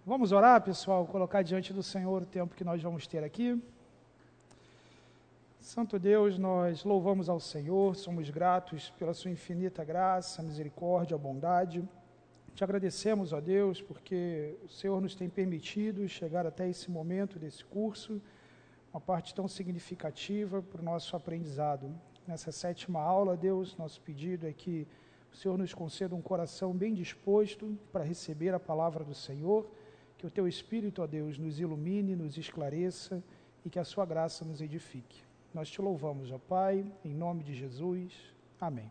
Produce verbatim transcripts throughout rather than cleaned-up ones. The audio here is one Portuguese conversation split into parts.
Vamos orar, pessoal, colocar diante do Senhor o tempo que nós vamos ter aqui. Santo Deus, nós louvamos ao Senhor, somos gratos pela sua infinita graça, misericórdia, bondade. Te agradecemos, ó Deus, porque o Senhor nos tem permitido chegar até esse momento desse curso, uma parte tão significativa para o nosso aprendizado. Nessa sétima aula, Deus, nosso pedido é que o Senhor nos conceda um coração bem disposto para receber a palavra do Senhor, que o Teu Espírito, ó Deus, nos ilumine, nos esclareça e que a Sua graça nos edifique. Nós Te louvamos, ó Pai, em nome de Jesus. Amém.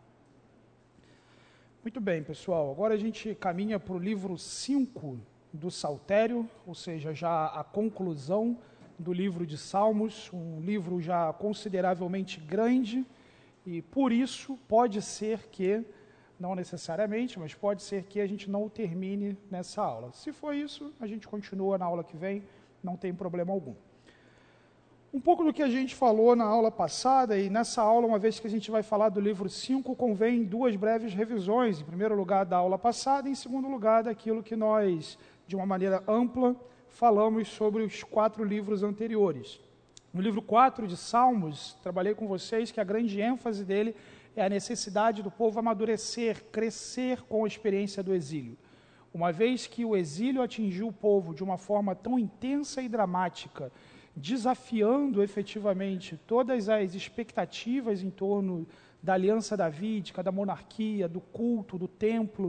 Muito bem, pessoal, agora a gente caminha para o livro cinco do Saltério, ou seja, já a conclusão do livro de Salmos, um livro já consideravelmente grande, e por isso pode ser que, não necessariamente, mas pode ser que a gente não o termine nessa aula. Se for isso, a gente continua na aula que vem, não tem problema algum. Um pouco do que a gente falou na aula passada, e nessa aula, uma vez que a gente vai falar do livro cinco, convém duas breves revisões. Em primeiro lugar, da aula passada, e em segundo lugar, daquilo que nós, de uma maneira ampla, falamos sobre os quatro livros anteriores. No livro quatro de Salmos, trabalhei com vocês que a grande ênfase dele é a necessidade do povo amadurecer, crescer com a experiência do exílio. Uma vez que o exílio atingiu o povo de uma forma tão intensa e dramática, desafiando efetivamente todas as expectativas em torno da aliança davídica, da monarquia, do culto, do templo,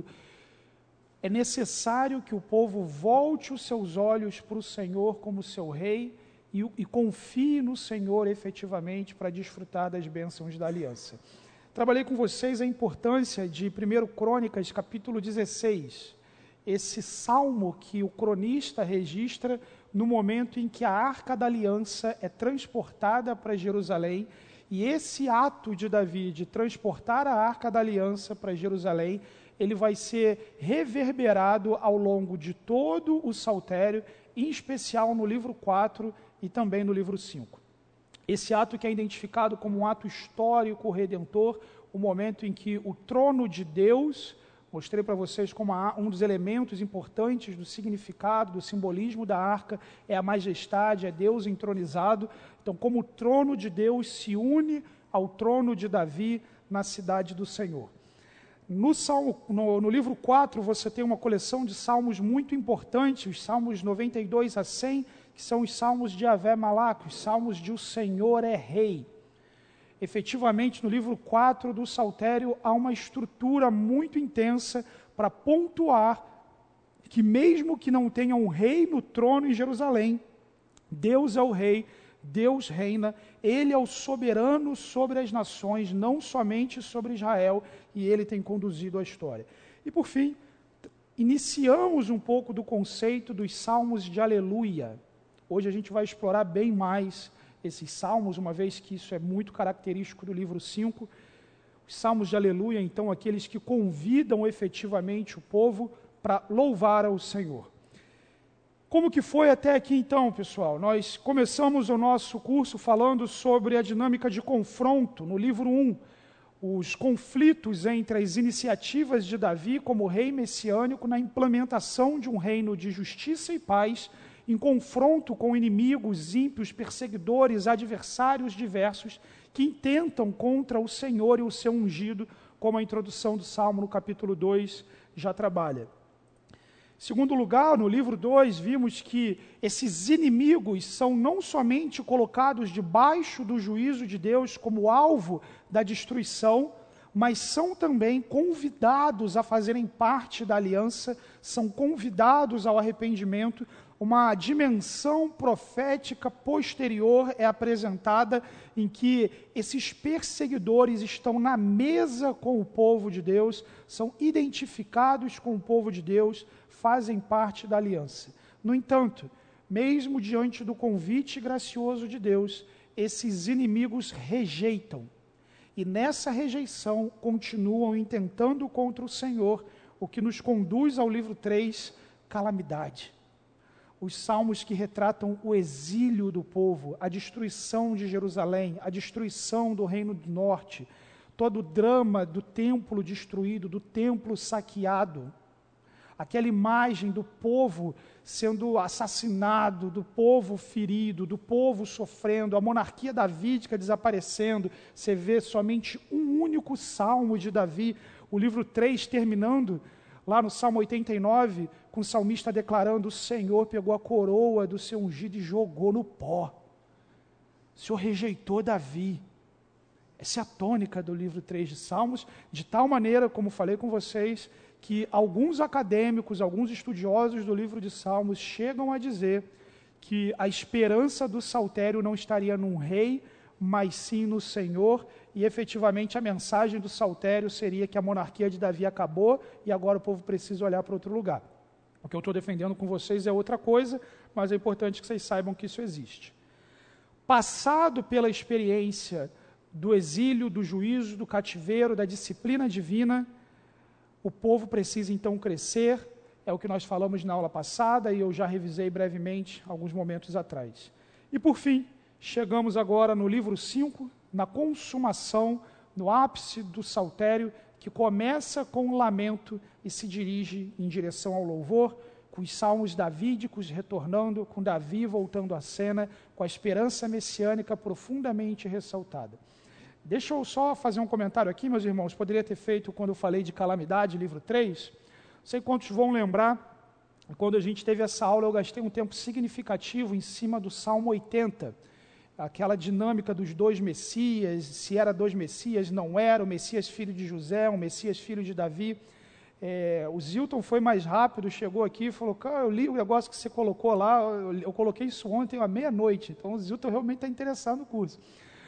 é necessário que o povo volte os seus olhos para o Senhor como seu rei e, e confie no Senhor efetivamente para desfrutar das bênçãos da aliança. Trabalhei com vocês a importância de primeiro Crônicas, capítulo dezesseis, esse salmo que o cronista registra no momento em que a Arca da Aliança é transportada para Jerusalém, e esse ato de Davi de transportar a Arca da Aliança para Jerusalém, ele vai ser reverberado ao longo de todo o Saltério, em especial no livro quatro e também no livro cinco. Esse ato que é identificado como um ato histórico, redentor, o momento em que o trono de Deus, mostrei para vocês como um dos elementos importantes do significado, do simbolismo da arca, é a majestade, é Deus entronizado. Então, como o trono de Deus se une ao trono de Davi na cidade do Senhor. No, salmo, no, no livro quatro, você tem uma coleção de salmos muito importantes, os salmos noventa e dois a cem, que são os salmos de Avé Malach, os salmos de o Senhor é Rei. Efetivamente, no livro quatro do Saltério, há uma estrutura muito intensa para pontuar que mesmo que não tenha um rei no trono em Jerusalém, Deus é o rei, Deus reina, Ele é o soberano sobre as nações, não somente sobre Israel, e Ele tem conduzido a história. E por fim, iniciamos um pouco do conceito dos salmos de aleluia. Hoje a gente vai explorar bem mais esses salmos, uma vez que isso é muito característico do livro cinco. Os salmos de aleluia, então, aqueles que convidam efetivamente o povo para louvar ao Senhor. Como que foi até aqui, então, pessoal? Nós começamos o nosso curso falando sobre a dinâmica de confronto, no livro um, os conflitos entre as iniciativas de Davi como rei messiânico na implementação de um reino de justiça e paz, em confronto com inimigos, ímpios, perseguidores, adversários diversos que intentam contra o Senhor e o seu ungido, como a introdução do Salmo no capítulo dois já trabalha. Em segundo lugar, no livro dois, vimos que esses inimigos são não somente colocados debaixo do juízo de Deus como alvo da destruição, mas são também convidados a fazerem parte da aliança, são convidados ao arrependimento. Uma dimensão profética posterior é apresentada em que esses perseguidores estão na mesa com o povo de Deus, são identificados com o povo de Deus, fazem parte da aliança. No entanto, mesmo diante do convite gracioso de Deus, esses inimigos rejeitam. E nessa rejeição continuam intentando contra o Senhor, o que nos conduz ao livro três, calamidade. Os salmos que retratam o exílio do povo, a destruição de Jerusalém, a destruição do Reino do Norte, todo o drama do templo destruído, do templo saqueado, aquela imagem do povo sendo assassinado, do povo ferido, do povo sofrendo, a monarquia davídica desaparecendo. Você vê somente um único salmo de Davi, o livro três terminando, lá no Salmo oitenta e nove, com o salmista declarando: o Senhor pegou a coroa do seu ungido e jogou no pó. O Senhor rejeitou Davi. Essa é a tônica do livro três de Salmos, de tal maneira, como falei com vocês, que alguns acadêmicos, alguns estudiosos do livro de Salmos chegam a dizer que a esperança do saltério não estaria num rei, mas sim no Senhor, e efetivamente a mensagem do saltério seria que a monarquia de Davi acabou e agora o povo precisa olhar para outro lugar. O que eu estou defendendo com vocês é outra coisa, mas é importante que vocês saibam que isso existe. Passado pela experiência do exílio, do juízo, do cativeiro, da disciplina divina, o povo precisa então crescer, é o que nós falamos na aula passada e eu já revisei brevemente alguns momentos atrás. E por fim, chegamos agora no livro cinco, na consumação, no ápice do saltério, que começa com um lamento e se dirige em direção ao louvor, com os salmos davídicos retornando, com Davi voltando à cena, com a esperança messiânica profundamente ressaltada. Deixa eu só fazer um comentário aqui, meus irmãos, poderia ter feito quando eu falei de calamidade, livro três. Não sei quantos vão lembrar, quando a gente teve essa aula, eu gastei um tempo significativo em cima do Salmo oitenta, aquela dinâmica dos dois Messias, se era dois Messias, não era, o Messias filho de José, o Messias filho de Davi. É, o Zilton foi mais rápido, chegou aqui e falou: cara, eu li o negócio que você colocou lá, eu, eu coloquei isso ontem à meia-noite, então o Zilton realmente está interessado no curso.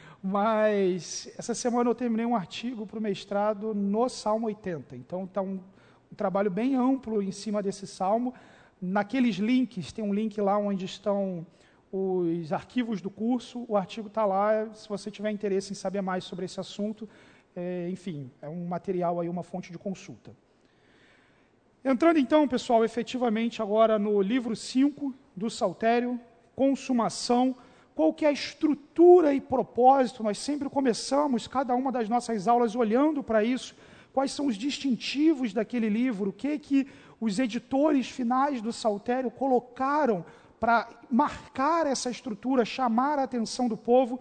Mas essa semana eu terminei um artigo para o mestrado no Salmo oitenta, então está um, um trabalho bem amplo em cima desse salmo. Naqueles links, tem um link lá onde estão os arquivos do curso, o artigo está lá, se você tiver interesse em saber mais sobre esse assunto, é, enfim, é um material aí, uma fonte de consulta. Entrando então, pessoal, efetivamente agora no livro cinco do Saltério, consumação. Qual que é a estrutura e propósito? Nós sempre começamos cada uma das nossas aulas olhando para isso. Quais são os distintivos daquele livro? O que que os editores finais do Saltério colocaram para marcar essa estrutura, chamar a atenção do povo,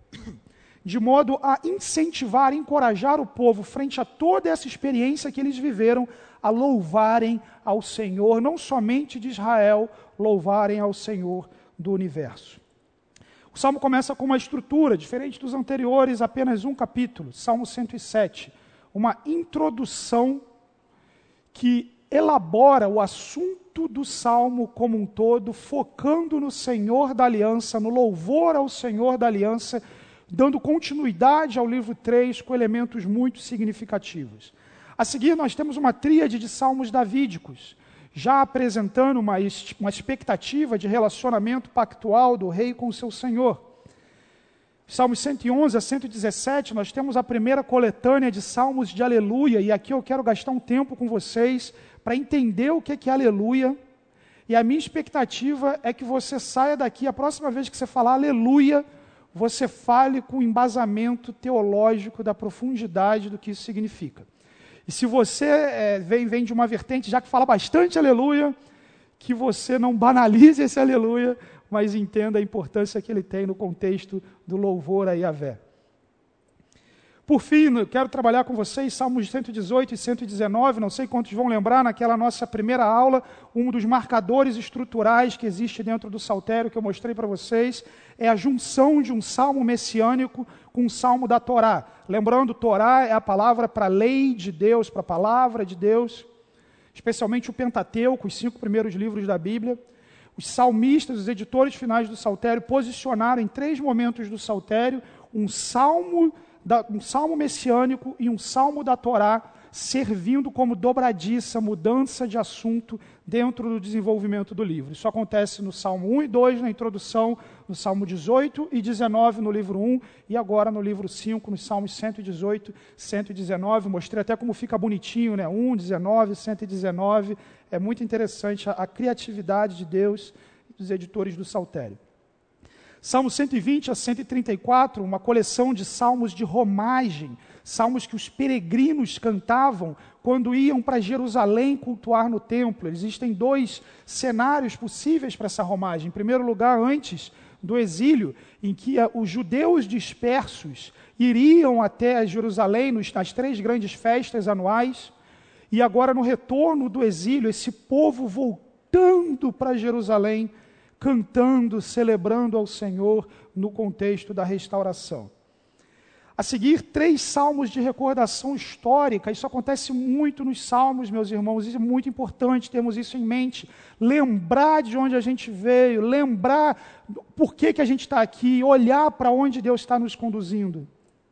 de modo a incentivar, encorajar o povo, frente a toda essa experiência que eles viveram, a louvarem ao Senhor, não somente de Israel, louvarem ao Senhor do universo. O Salmo começa com uma estrutura, diferente dos anteriores, apenas um capítulo, Salmo cento e sete, uma introdução que elabora o assunto do Salmo como um todo, focando no Senhor da Aliança, no louvor ao Senhor da Aliança, dando continuidade ao livro três com elementos muito significativos. A seguir, nós temos uma tríade de salmos davídicos, já apresentando uma, uma expectativa de relacionamento pactual do rei com o seu Senhor. Salmos cento e onze a cento e dezessete, nós temos a primeira coletânea de salmos de aleluia, e aqui eu quero gastar um tempo com vocês para entender o que é, que é aleluia, e a minha expectativa é que você saia daqui, a próxima vez que você falar aleluia, você fale com embasamento teológico da profundidade do que isso significa. E se você é, vem, vem de uma vertente, já que fala bastante aleluia, que você não banalize esse aleluia, mas entenda a importância que ele tem no contexto do louvor a Yahvé. Por fim, eu quero trabalhar com vocês Salmos cento e dezoito e cento e dezenove, não sei quantos vão lembrar, naquela nossa primeira aula, um dos marcadores estruturais que existe dentro do Saltério, que eu mostrei para vocês, é a junção de um salmo messiânico com um salmo da Torá. Lembrando, Torá é a palavra para a lei de Deus, para a palavra de Deus, especialmente o Pentateuco, os cinco primeiros livros da Bíblia. Os salmistas, os editores finais do Saltério, posicionaram em três momentos do Saltério um salmo Da, um salmo messiânico e um salmo da Torá, servindo como dobradiça, mudança de assunto dentro do desenvolvimento do livro. Isso acontece no Salmo um e dois, na introdução, no Salmo dezoito e dezenove, no livro um, e agora no livro cinco, nos Salmos cento e dezoito, cento e dezenove. Mostrei até como fica bonitinho, né? um, dezenove, cento e dezenove. É muito interessante a, a criatividade de Deus e dos editores do Saltério. Salmo cento e vinte a cento e trinta e quatro, uma coleção de salmos de romagem, salmos que os peregrinos cantavam quando iam para Jerusalém cultuar no templo. Existem dois cenários possíveis para essa romagem. Em primeiro lugar, antes do exílio, em que os judeus dispersos iriam até Jerusalém nas três grandes festas anuais, e agora no retorno do exílio, esse povo voltando para Jerusalém, cantando, celebrando ao Senhor no contexto da restauração. A seguir, três salmos de recordação histórica. Isso acontece muito nos salmos, meus irmãos, isso é muito importante termos isso em mente. Lembrar de onde a gente veio, lembrar por que, que a gente está aqui, olhar para onde Deus está nos conduzindo.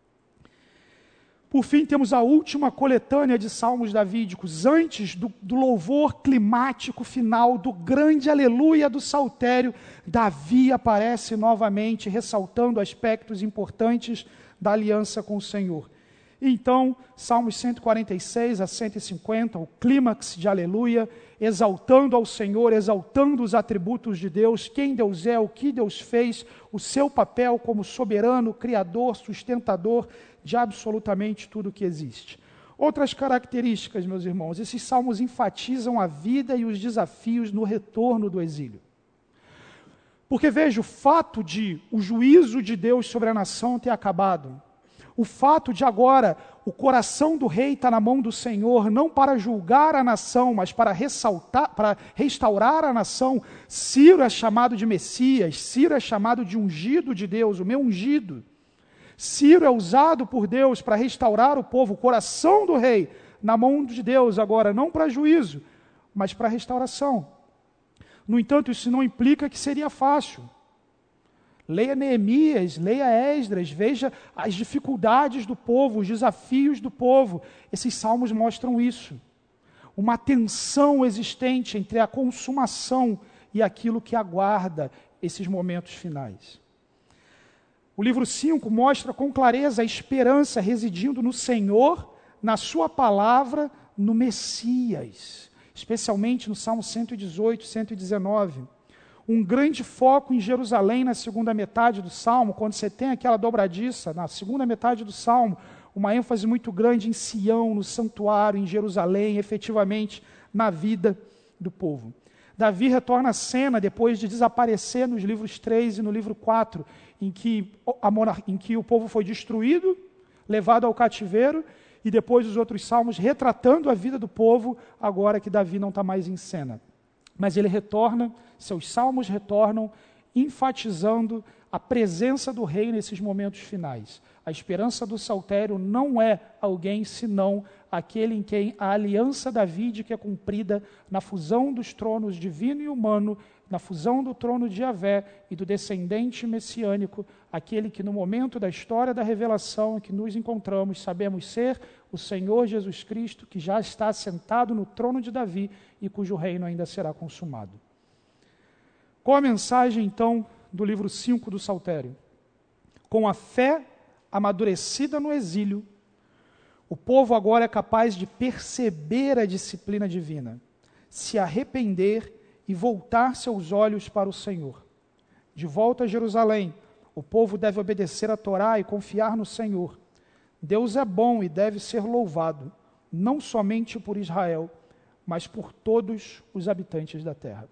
Por fim, temos a última coletânea de salmos davídicos, antes do, do louvor climático final, do grande aleluia do saltério. Davi aparece novamente, ressaltando aspectos importantes da aliança com o Senhor. Então, Salmos cento e quarenta e seis a cento e cinquenta, o clímax de aleluia, exaltando ao Senhor, exaltando os atributos de Deus, quem Deus é, o que Deus fez, o seu papel como soberano, criador, sustentador de absolutamente tudo que existe. Outras características, meus irmãos, esses salmos enfatizam a vida e os desafios no retorno do exílio. Porque, veja, o fato de o juízo de Deus sobre a nação ter acabado, o fato de agora o coração do rei estar na mão do Senhor, não para julgar a nação, mas para ressaltar, para restaurar a nação. Ciro é chamado de Messias, Ciro é chamado de ungido de Deus, o meu ungido. Ciro é usado por Deus para restaurar o povo, o coração do rei, na mão de Deus agora, não para juízo, mas para restauração. No entanto, isso não implica que seria fácil. Leia Neemias, leia Esdras, veja as dificuldades do povo, os desafios do povo. Esses salmos mostram isso. Uma tensão existente entre a consumação e aquilo que aguarda esses momentos finais. O livro cinco mostra com clareza a esperança residindo no Senhor, na sua palavra, no Messias. Especialmente no Salmo cento e dezoito, cento e dezenove. Um grande foco em Jerusalém na segunda metade do Salmo, quando você tem aquela dobradiça, na segunda metade do Salmo, uma ênfase muito grande em Sião, no santuário, em Jerusalém, efetivamente na vida do povo. Davi retorna à cena depois de desaparecer nos livros três e no livro quatro, em que, a monar- em que o povo foi destruído, levado ao cativeiro, e depois os outros salmos retratando a vida do povo, agora que Davi não está mais em cena. Mas ele retorna, seus salmos retornam, enfatizando a presença do rei nesses momentos finais. A esperança do saltério não é alguém senão aquele em quem a aliança davídica é cumprida na fusão dos tronos divino e humano, na fusão do trono de Javé e do descendente messiânico, aquele que no momento da história da revelação em que nos encontramos, sabemos ser o Senhor Jesus Cristo, que já está sentado no trono de Davi e cujo reino ainda será consumado. Qual a mensagem, então, do livro cinco do Saltério? Com a fé amadurecida no exílio, o povo agora é capaz de perceber a disciplina divina, se arrepender e voltar seus olhos para o Senhor. De volta a Jerusalém, o povo deve obedecer a Torá e confiar no Senhor. Deus é bom e deve ser louvado, não somente por Israel, mas por todos os habitantes da terra.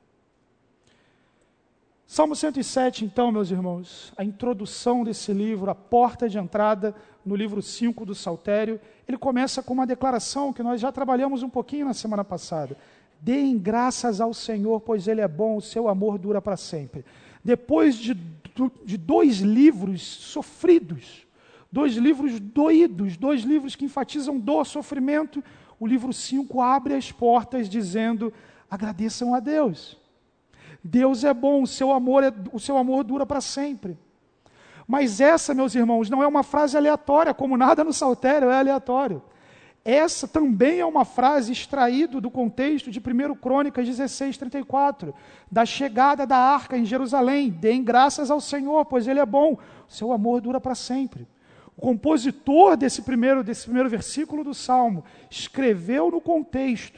Salmo cento e sete, então, meus irmãos, a introdução desse livro, a porta de entrada no livro cinco do Saltério, ele começa com uma declaração que nós já trabalhamos um pouquinho na semana passada. Deem graças ao Senhor, pois Ele é bom, o seu amor dura para sempre. Depois de, de dois livros sofridos, dois livros doídos, dois livros que enfatizam dor, sofrimento, o livro cinco abre as portas dizendo, agradeçam a Deus. Deus é bom, o seu amor, é, o seu amor dura para sempre. Mas essa, meus irmãos, não é uma frase aleatória, como nada no Saltério é aleatório. Essa também é uma frase extraída do contexto de primeira Crônicas dezesseis, trinta e quatro, da chegada da arca em Jerusalém. Deem graças ao Senhor, pois Ele é bom, o seu amor dura para sempre. O compositor desse primeiro, desse primeiro versículo do Salmo escreveu no contexto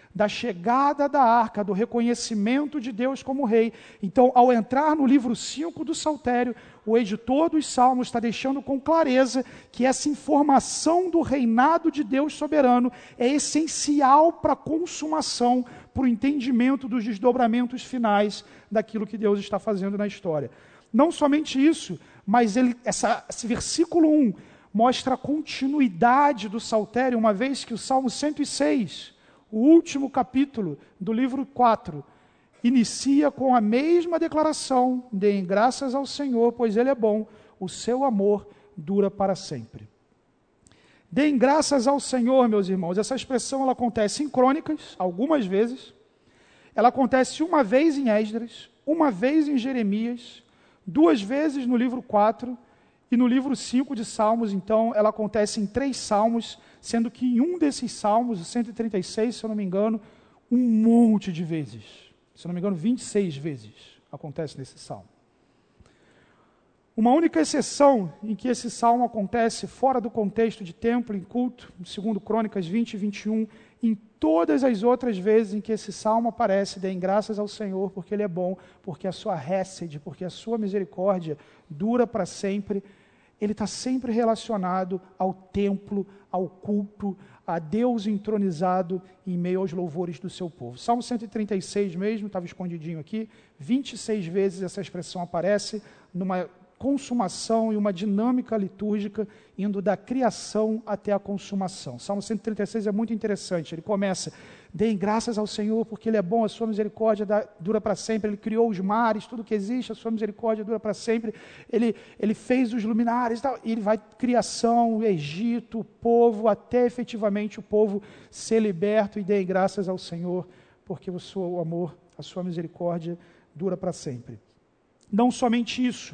da chegada da arca, do reconhecimento de Deus como rei. Então, ao entrar no livro cinco do Saltério, o editor dos Salmos está deixando com clareza que essa informação do reinado de Deus soberano é essencial para a consumação, para o entendimento dos desdobramentos finais daquilo que Deus está fazendo na história. Não somente isso, mas ele, essa, esse versículo um mostra a continuidade do Saltério, uma vez que o Salmo cento e seis, o último capítulo do livro quatro, inicia com a mesma declaração: deem graças ao Senhor, pois Ele é bom, o seu amor dura para sempre. Deem graças ao Senhor, meus irmãos. Essa expressão ela acontece em Crônicas, algumas vezes. Ela acontece uma vez em Esdras, uma vez em Jeremias, duas vezes no livro quatro, e no livro cinco de Salmos, então, ela acontece em três salmos, sendo que em um desses salmos, o cento e trinta e seis, se eu não me engano, um monte de vezes. Se eu não me engano, vinte e seis vezes acontece nesse salmo. Uma única exceção em que esse salmo acontece fora do contexto de templo, em culto, segundo Crônicas vinte e vinte e um, em todas as outras vezes em que esse salmo aparece, deem graças ao Senhor, porque Ele é bom, porque a sua hesed, porque a sua misericórdia dura para sempre. Ele está sempre relacionado ao templo, ao culto, a Deus entronizado em meio aos louvores do seu povo. Salmo cento e trinta e seis mesmo, estava escondidinho aqui, vinte e seis vezes essa expressão aparece numa consumação e uma dinâmica litúrgica indo da criação até a consumação. Salmo cento e trinta e seis é muito interessante. Ele começa: deem graças ao Senhor, porque Ele é bom, a sua misericórdia dura para sempre. Ele criou os mares, tudo que existe, a sua misericórdia dura para sempre. Ele, ele fez os luminares, e tal. E ele vai criação, o Egito, o povo, até efetivamente o povo ser liberto. E deem graças ao Senhor, porque o seu amor, a sua misericórdia dura para sempre. Não somente isso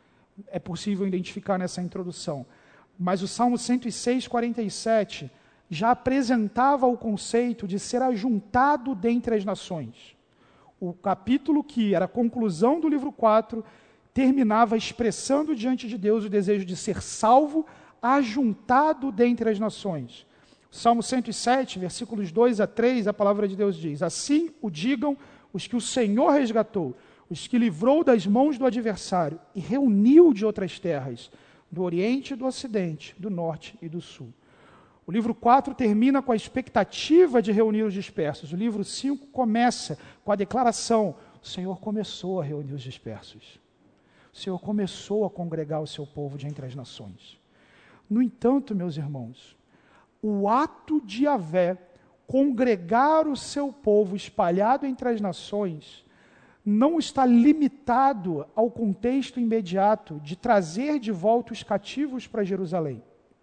é possível identificar nessa introdução, mas o Salmo cento e seis, quarenta e sete já apresentava o conceito de ser ajuntado dentre as nações. O capítulo que era a conclusão do livro quatro terminava expressando diante de Deus o desejo de ser salvo, ajuntado dentre as nações. O Salmo cento e sete, versículos dois a três, a palavra de Deus diz: assim o digam os que o Senhor resgatou, os que livrou das mãos do adversário e reuniu de outras terras, do Oriente e do Ocidente, do Norte e do Sul. O livro quatro termina com a expectativa de reunir os dispersos. O livro cinco começa com a declaração: o Senhor começou a reunir os dispersos. O Senhor começou a congregar o seu povo de entre as nações. No entanto, meus irmãos, o ato de Yahvé congregar o seu povo espalhado entre as nações não está limitado ao contexto imediato de trazer de volta os cativos para Jerusalém.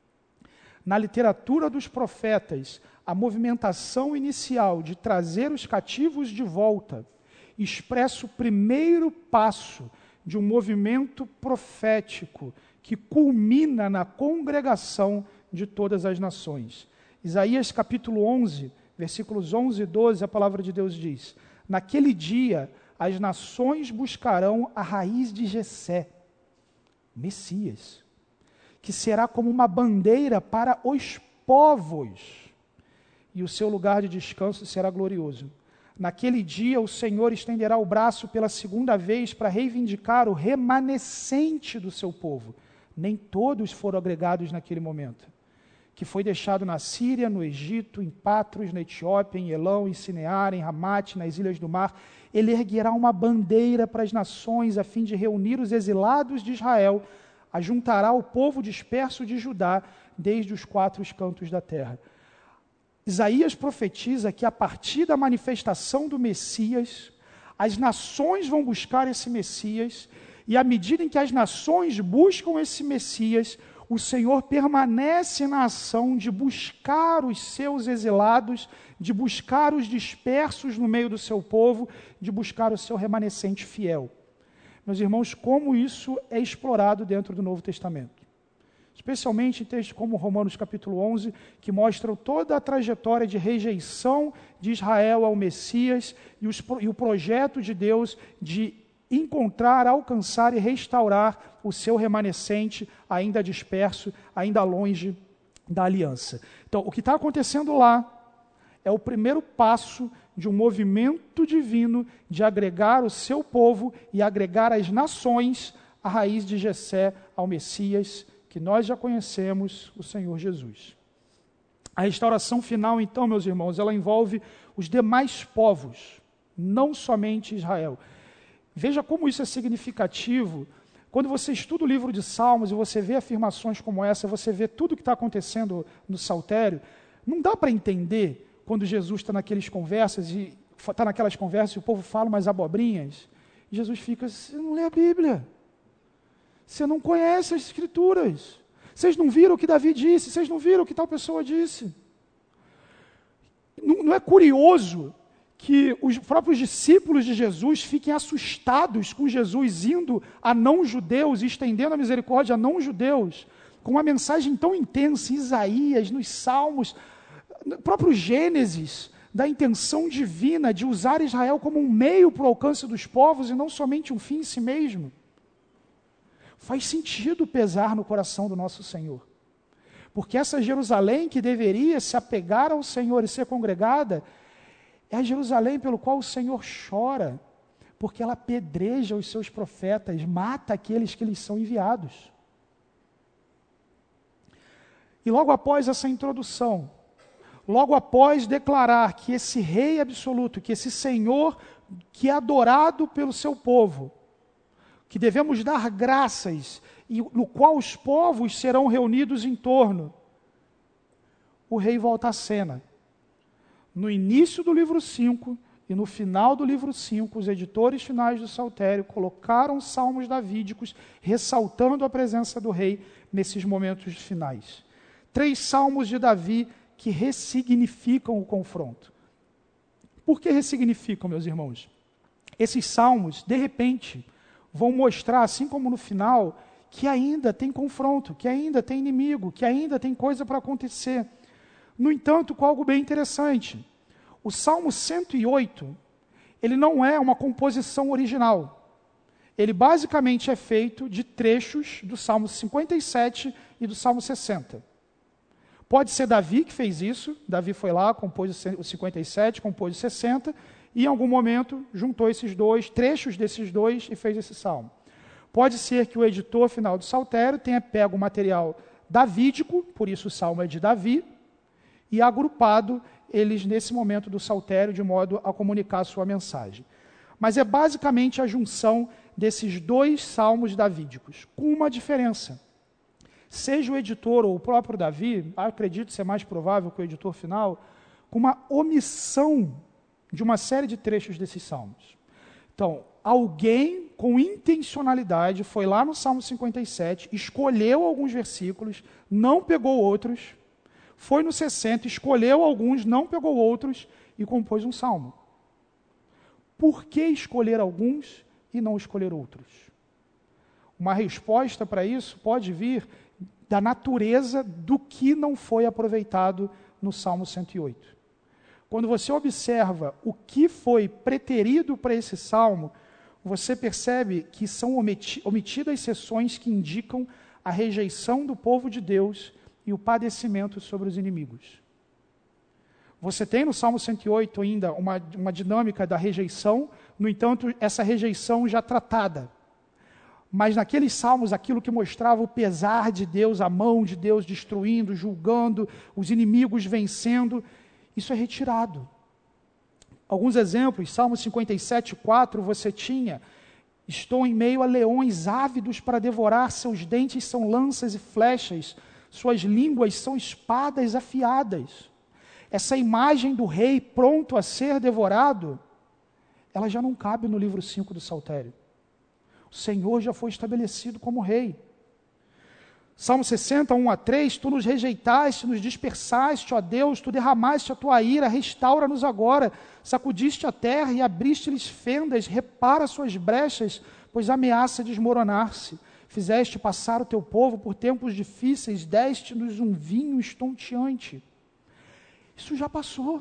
Na literatura dos profetas, a movimentação inicial de trazer os cativos de volta expressa o primeiro passo de um movimento profético que culmina na congregação de todas as nações. Isaías capítulo onze, versículos onze e doze, a palavra de Deus diz: naquele dia as nações buscarão a raiz de Jessé, Messias, que será como uma bandeira para os povos, e o seu lugar de descanso será glorioso. Naquele dia o Senhor estenderá o braço pela segunda vez para reivindicar o remanescente do seu povo. Nem todos foram agregados naquele momento, que foi deixado na Síria, no Egito, em Patros, na Etiópia, em Elão, em Sinear, em Ramate, nas ilhas do mar. Ele erguerá uma bandeira para as nações, a fim de reunir os exilados de Israel, ajuntará o povo disperso de Judá, desde os quatro cantos da terra. Isaías profetiza que a partir da manifestação do Messias, as nações vão buscar esse Messias, e à medida em que as nações buscam esse Messias, o Senhor permanece na ação de buscar os seus exilados, de buscar os dispersos no meio do seu povo, de buscar o seu remanescente fiel. Meus irmãos, como isso é explorado dentro do Novo Testamento? Especialmente em textos como Romanos capítulo onze, que mostram toda a trajetória de rejeição de Israel ao Messias e, os, e o projeto de Deus de encontrar, alcançar e restaurar o seu remanescente ainda disperso, ainda longe da aliança. Então, o que está acontecendo lá é o primeiro passo de um movimento divino de agregar o seu povo e agregar as nações à raiz de Jessé, ao Messias, que nós já conhecemos, o Senhor Jesus. A restauração final, então, meus irmãos, ela envolve os demais povos, não somente Israel. Veja como isso é significativo. Quando você estuda o livro de Salmos e você vê afirmações como essa, você vê tudo o que está acontecendo no saltério, não dá para entender quando Jesus está naquelas conversas e está naquelas conversas e o povo fala umas abobrinhas, e Jesus fica, você não lê a Bíblia, você não conhece as Escrituras, vocês não viram o que Davi disse, vocês não viram o que tal pessoa disse. Não, não é curioso que os próprios discípulos de Jesus fiquem assustados com Jesus indo a não-judeus e estendendo a misericórdia a não-judeus, com uma mensagem tão intensa em Isaías, nos Salmos, no próprio Gênesis, da intenção divina de usar Israel como um meio para o alcance dos povos e não somente um fim em si mesmo. Faz sentido pesar no coração do nosso Senhor. Porque essa Jerusalém que deveria se apegar ao Senhor e ser congregada, é a Jerusalém pelo qual o Senhor chora, porque ela apedreja os seus profetas, mata aqueles que lhes são enviados. E logo após essa introdução, logo após declarar que esse rei absoluto, que esse Senhor que é adorado pelo seu povo, que devemos dar graças, e no qual os povos serão reunidos em torno, o rei volta à cena. No início do livro cinco e no final do livro cinco, os editores finais do Saltério colocaram salmos davídicos, ressaltando a presença do rei nesses momentos finais. Três salmos de Davi que ressignificam o confronto. Por que ressignificam, meus irmãos? Esses salmos, de repente, vão mostrar, assim como no final, que ainda tem confronto, que ainda tem inimigo, que ainda tem coisa para acontecer. No entanto, com algo bem interessante, o Salmo cento e oito, ele não é uma composição original. Ele basicamente é feito de trechos do Salmo cinquenta e sete e do Salmo sessenta. Pode ser Davi que fez isso, Davi foi lá, compôs o cinquenta e sete, compôs o sessenta, e em algum momento juntou esses dois, trechos desses dois, e fez esse salmo. Pode ser que o editor final do Saltério tenha pego o material davídico, por isso o salmo é de Davi, e agrupado eles nesse momento do Saltério, de modo a comunicar a sua mensagem. Mas é basicamente a junção desses dois salmos davídicos, com uma diferença. Seja o editor ou o próprio Davi, acredito ser mais provável que o editor final, com uma omissão de uma série de trechos desses salmos. Então, alguém com intencionalidade foi lá no Salmo cinquenta e sete, escolheu alguns versículos, não pegou outros, foi no sessenta, escolheu alguns, não pegou outros e compôs um salmo. Por que escolher alguns e não escolher outros? Uma resposta para isso pode vir da natureza do que não foi aproveitado no Salmo cento e oito. Quando você observa o que foi preterido para esse salmo, você percebe que são omitidas seções que indicam a rejeição do povo de Deus e o padecimento sobre os inimigos. Você tem no Salmo cento e oito ainda uma, uma dinâmica da rejeição, no entanto, essa rejeição já tratada. Mas naqueles salmos, aquilo que mostrava o pesar de Deus, a mão de Deus destruindo, julgando, os inimigos vencendo, isso é retirado. Alguns exemplos, Salmo cinquenta e sete, quatro, você tinha: estou em meio a leões ávidos para devorar, seus dentes são lanças e flechas, suas línguas são espadas afiadas. Essa imagem do rei pronto a ser devorado, ela já não cabe no livro cinco do Saltério. O Senhor já foi estabelecido como rei. Salmo sessenta, um a três, tu nos rejeitaste, nos dispersaste, ó Deus, tu derramaste a tua ira, restaura-nos agora, sacudiste a terra e abriste-lhes fendas, repara suas brechas, pois ameaça desmoronar-se. Fizeste passar o teu povo por tempos difíceis, deste-nos um vinho estonteante. Isso já passou.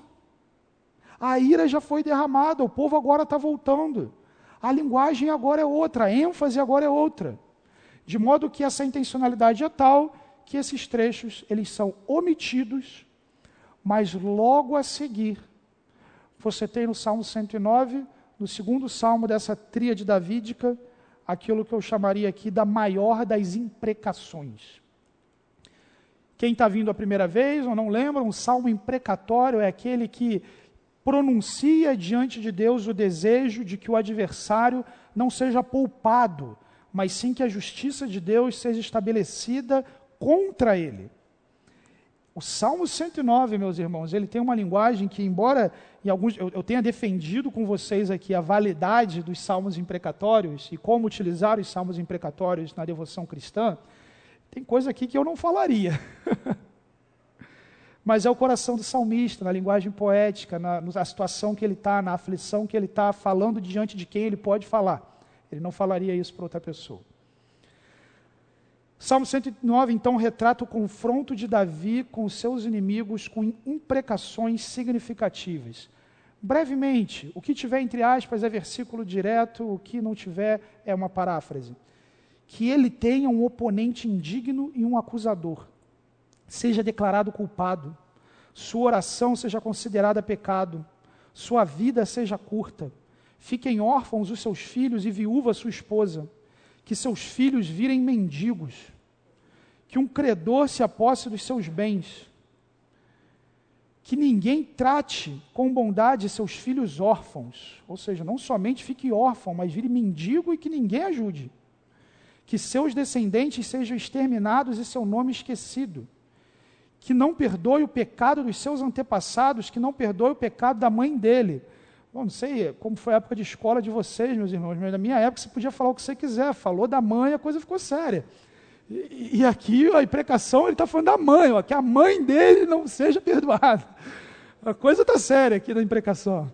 A ira já foi derramada, o povo agora está voltando. A linguagem agora é outra, a ênfase agora é outra. De modo que essa intencionalidade é tal que esses trechos eles são omitidos, Mas logo a seguir, você tem no Salmo cento e nove, no segundo salmo dessa tríade davídica, aquilo que eu chamaria aqui da maior das imprecações. Quem está vindo a primeira vez ou não lembra, um salmo imprecatório é aquele que pronuncia diante de Deus o desejo de que o adversário não seja poupado, mas sim que a justiça de Deus seja estabelecida contra ele. O Salmo cento e nove, meus irmãos, ele tem uma linguagem que, embora em alguns, eu, eu tenha defendido com vocês aqui a validade dos salmos imprecatórios e como utilizar os salmos imprecatórios na devoção cristã, tem coisa aqui que eu não falaria. Mas é o coração do salmista, na linguagem poética, na, na situação que ele está, na aflição que ele está, falando diante de quem ele pode falar. Ele não falaria isso para outra pessoa. Salmo cento e nove, então, retrata o confronto de Davi com os seus inimigos com imprecações significativas. Brevemente, o que tiver entre aspas é versículo direto, o que não tiver é uma paráfrase. Que ele tenha um oponente indigno e um acusador, seja declarado culpado, sua oração seja considerada pecado, sua vida seja curta, fiquem órfãos os seus filhos e viúva sua esposa, que seus filhos virem mendigos, que um credor se aposse dos seus bens, que ninguém trate com bondade seus filhos órfãos, ou seja, não somente fique órfão, mas vire mendigo e que ninguém ajude, que seus descendentes sejam exterminados e seu nome esquecido, que não perdoe o pecado dos seus antepassados, que não perdoe o pecado da mãe dele. Bom, não sei como foi a época de escola de vocês, meus irmãos, mas na minha época você podia falar o que você quiser, falou da mãe, a coisa ficou séria. E, e aqui a imprecação, ele está falando da mãe, ó, que a mãe dele não seja perdoada. A coisa está séria aqui na imprecação.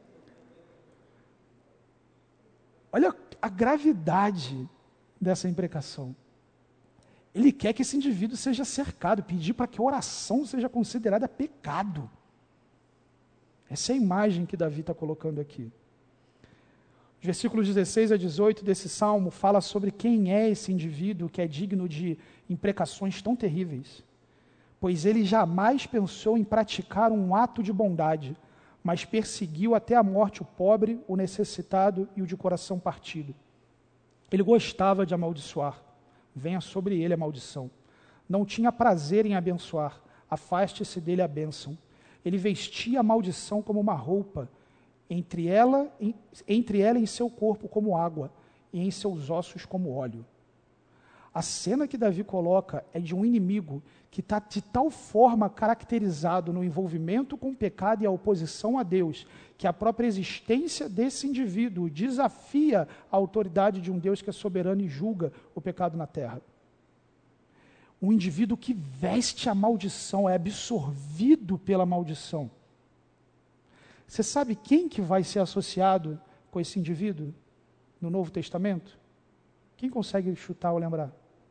Olha a gravidade dessa imprecação. Ele quer que esse indivíduo seja cercado, pedir para que a oração seja considerada pecado. Essa é a imagem que Davi está colocando aqui. Os versículos dezesseis a dezoito desse salmo fala sobre quem é esse indivíduo que é digno de imprecações tão terríveis. Pois ele jamais pensou em praticar um ato de bondade, mas perseguiu até a morte o pobre, o necessitado e o de coração partido. Ele gostava de amaldiçoar. Venha sobre ele a maldição. Não tinha prazer em abençoar. Afaste-se dele a bênção. Ele vestia a maldição como uma roupa, entre ela, em, entre ela em seu corpo como água, e em seus ossos como óleo. A cena que Davi coloca é de um inimigo que está de tal forma caracterizado no envolvimento com o pecado e a oposição a Deus, que a própria existência desse indivíduo desafia a autoridade de um Deus que é soberano e julga o pecado na terra. Um indivíduo que veste a maldição, é absorvido pela maldição. Você sabe quem que vai ser associado com esse indivíduo no Novo Testamento? Quem consegue chutar ou lembrar?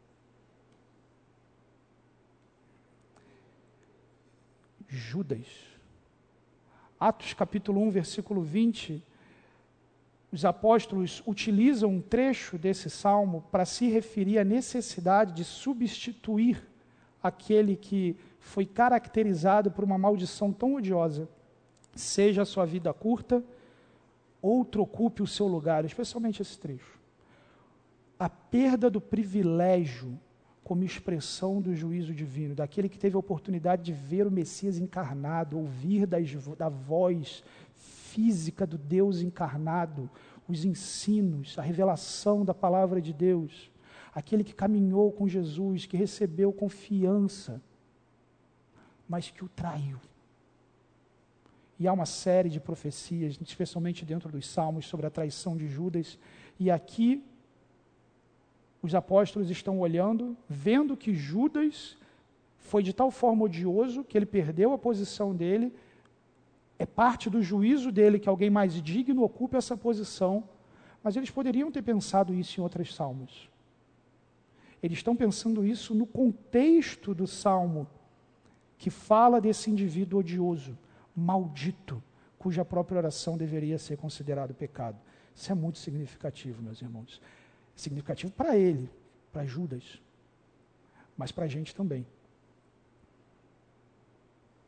Judas. Atos capítulo um, versículo vinte, os apóstolos utilizam um trecho desse salmo para se referir à necessidade de substituir aquele que foi caracterizado por uma maldição tão odiosa. Seja a sua vida curta, outro ocupe o seu lugar, especialmente esse trecho. A perda do privilégio como expressão do juízo divino, daquele que teve a oportunidade de ver o Messias encarnado, ouvir das, da voz física do Deus encarnado, os ensinos, a revelação da palavra de Deus, aquele que caminhou com Jesus, que recebeu confiança, mas que o traiu. E há uma série de profecias, especialmente dentro dos Salmos, sobre a traição de Judas, e aqui os apóstolos estão olhando, vendo que Judas foi de tal forma odioso que ele perdeu a posição dele, é parte do juízo dele que alguém mais digno ocupe essa posição, mas eles poderiam ter pensado isso em outros salmos. Eles estão pensando isso no contexto do salmo, que fala desse indivíduo odioso, maldito, cuja própria oração deveria ser considerado pecado. Isso é muito significativo, meus irmãos. Significativo para ele, para Judas, mas para a gente também.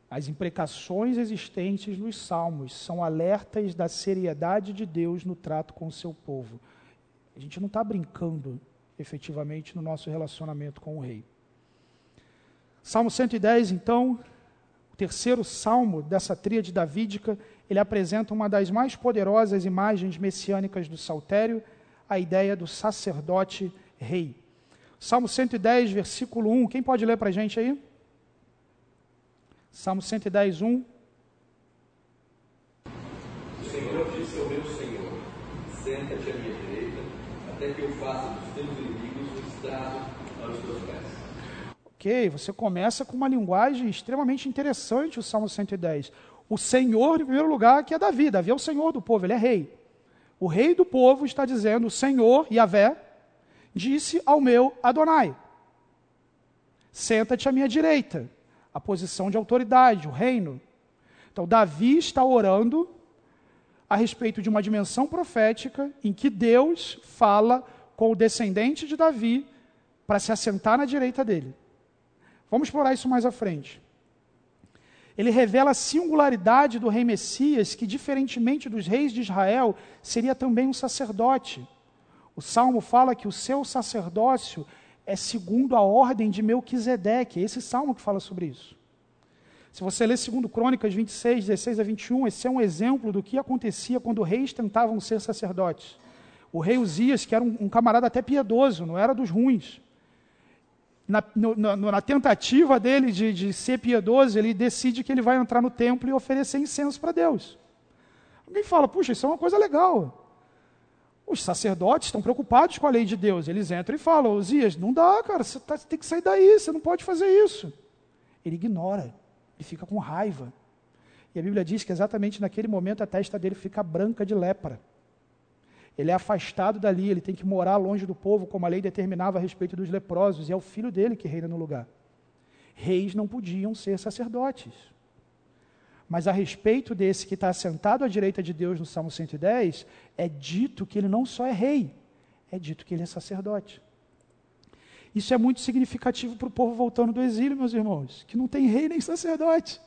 As imprecações existentes nos salmos são alertas da seriedade de Deus no trato com o seu povo. A gente não está brincando, efetivamente, no nosso relacionamento com o rei. Salmo cento e dez, então, o terceiro salmo dessa tríade davídica, ele apresenta uma das mais poderosas imagens messiânicas do saltério, a ideia do sacerdote rei. Salmo cento e dez, versículo um, quem pode ler para a gente aí? Salmo cento e dez, um. O Senhor disse ao meu Senhor, senta-te à minha direita, até que eu faça dos teus inimigos um estrado aos teus pés. Ok, você começa com uma linguagem extremamente interessante, o Salmo cento e dez. O Senhor, em primeiro lugar, que é Davi. Davi é o Senhor do povo, ele é rei. O rei do povo está dizendo, o Senhor, Yahvé, disse ao meu Adonai, senta-te à minha direita. A posição de autoridade, o reino. Então, Davi está orando a respeito de uma dimensão profética em que Deus fala com o descendente de Davi para se assentar na direita dele. Vamos explorar isso mais à frente. Ele revela a singularidade do rei Messias, que, diferentemente dos reis de Israel, seria também um sacerdote. O Salmo fala que o seu sacerdócio é segundo a ordem de Melquisedeque. É esse salmo que fala sobre isso. Se você ler segundo Crônicas vinte e seis, dezesseis a vinte e um, esse é um exemplo do que acontecia quando reis tentavam ser sacerdotes. O rei Uzias, que era um, um camarada até piedoso, não era dos ruins. Na, no, na, na tentativa dele de, de ser piedoso, ele decide que ele vai entrar no templo e oferecer incenso para Deus. Alguém fala, puxa, isso é uma coisa legal. Os sacerdotes estão preocupados com a lei de Deus. Eles entram e falam, Uzias, não dá, cara, você, tá, você tem que sair daí, você não pode fazer isso. Ele ignora, ele fica com raiva. E a Bíblia diz que exatamente naquele momento a testa dele fica branca de lepra. Ele é afastado dali, ele tem que morar longe do povo, como a lei determinava a respeito dos leprosos, e é o filho dele que reina no lugar. Reis não podiam ser sacerdotes. Mas a respeito desse que está assentado à direita de Deus no Salmo cento e dez, é dito que ele não só é rei, é dito que ele é sacerdote. Isso é muito significativo para o povo voltando do exílio, meus irmãos, que não tem rei nem sacerdote,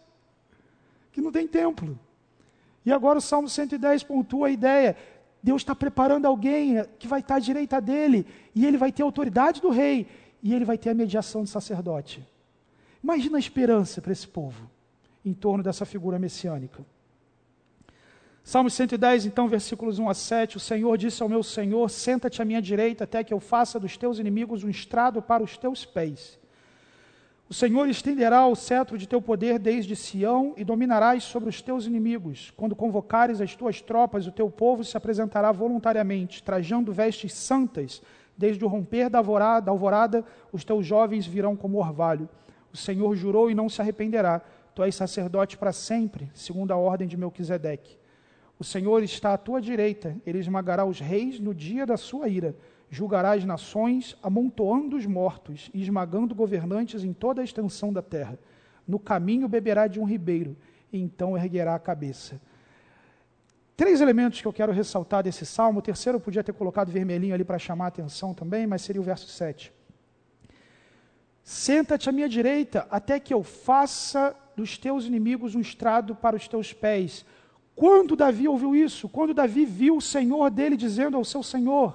que não tem templo. E agora o Salmo cento e dez pontua a ideia, Deus está preparando alguém que vai estar à direita dele, e ele vai ter a autoridade do rei, e ele vai ter a mediação do sacerdote. Imagina a esperança para esse povo em torno dessa figura messiânica. Salmo cento e dez, então, versículos um a sete, o Senhor disse ao meu Senhor, senta-te à minha direita, até que eu faça dos teus inimigos um estrado para os teus pés. O Senhor estenderá o cetro de teu poder desde Sião, e dominarás sobre os teus inimigos. Quando convocares as tuas tropas, o teu povo se apresentará voluntariamente, trajando vestes santas, desde o romper da alvorada, da alvorada os teus jovens virão como orvalho. O Senhor jurou e não se arrependerá. Tu és sacerdote para sempre, segundo a ordem de Melquisedeque. O Senhor está à tua direita, ele esmagará os reis no dia da sua ira. Julgará as nações, amontoando os mortos e esmagando governantes em toda a extensão da terra. No caminho beberá de um ribeiro, e então erguerá a cabeça. Três elementos que eu quero ressaltar desse salmo. O terceiro eu podia ter colocado vermelhinho ali para chamar a atenção também, mas seria o verso sete. Senta-te à minha direita, até que eu faça dos teus inimigos um estrado para os teus pés. Quando Davi ouviu isso? Quando Davi viu o Senhor dele dizendo ao seu Senhor.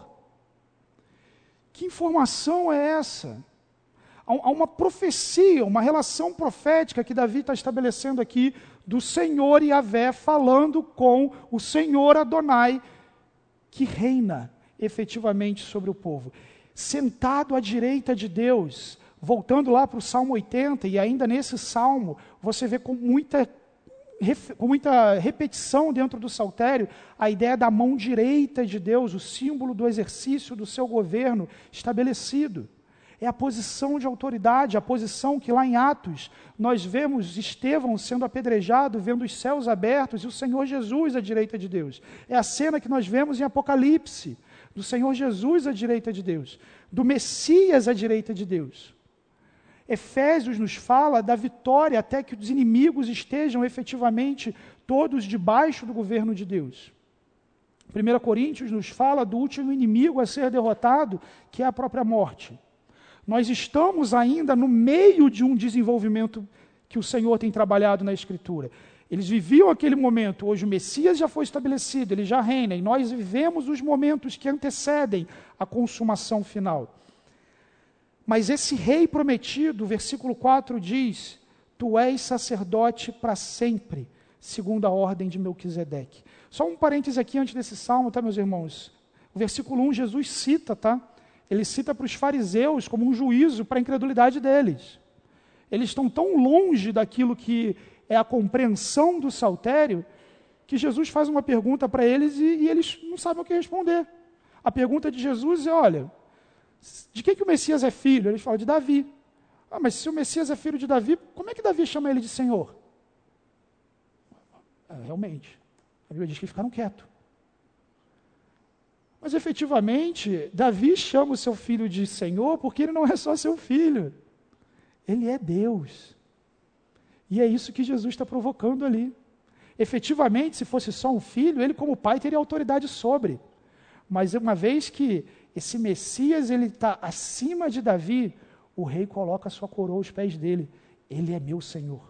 Que informação é essa? Há uma profecia, uma relação profética que Davi está estabelecendo aqui do Senhor Yahvé falando com o Senhor Adonai, que reina efetivamente sobre o povo. Sentado à direita de Deus, voltando lá para o Salmo oitenta, e ainda nesse Salmo, você vê com muita, com muita repetição dentro do saltério, a ideia da mão direita de Deus, o símbolo do exercício do seu governo estabelecido. É a posição de autoridade, a posição que lá em Atos nós vemos Estevão sendo apedrejado, vendo os céus abertos e o Senhor Jesus à direita de Deus. É a cena que nós vemos em Apocalipse, do Senhor Jesus à direita de Deus, do Messias à direita de Deus. Efésios nos fala da vitória até que os inimigos estejam efetivamente todos debaixo do governo de Deus. primeira Coríntios nos fala do último inimigo a ser derrotado, que é a própria morte. Nós estamos ainda no meio de um desenvolvimento que o Senhor tem trabalhado na Escritura. Eles viviam aquele momento, hoje o Messias já foi estabelecido, ele já reina, e nós vivemos os momentos que antecedem a consumação final. Mas esse rei prometido, versículo quatro diz, tu és sacerdote para sempre, segundo a ordem de Melquisedeque. Só um parêntese aqui antes desse salmo, tá, meus irmãos? O versículo um, Jesus cita, tá? Ele cita para os fariseus como um juízo para a incredulidade deles. Eles estão tão longe daquilo que é a compreensão do saltério, que Jesus faz uma pergunta para eles e, e eles não sabem o que responder. A pergunta de Jesus é, olha, de quem que o Messias é filho? Eles falam, de Davi. Ah, mas se o Messias é filho de Davi, como é que Davi chama ele de Senhor? É, realmente, a Bíblia diz que ficaram quietos. Mas efetivamente, Davi chama o seu filho de Senhor porque ele não é só seu filho. Ele é Deus. E é isso que Jesus está provocando ali. Efetivamente, se fosse só um filho, ele como pai teria autoridade sobre. Mas uma vez que esse Messias ele está acima de Davi, o rei coloca a sua coroa aos pés dele. Ele é meu Senhor.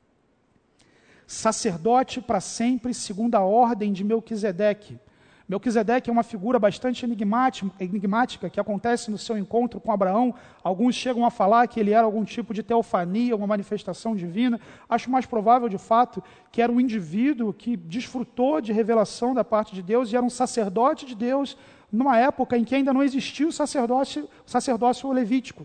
Sacerdote para sempre, segundo a ordem de Melquisedeque. Melquisedeque é uma figura bastante enigmática que acontece no seu encontro com Abraão. Alguns chegam a falar que ele era algum tipo de teofania, uma manifestação divina. Acho mais provável, de fato, que era um indivíduo que desfrutou de revelação da parte de Deus e era um sacerdote de Deus numa época em que ainda não existia o sacerdócio, sacerdócio levítico.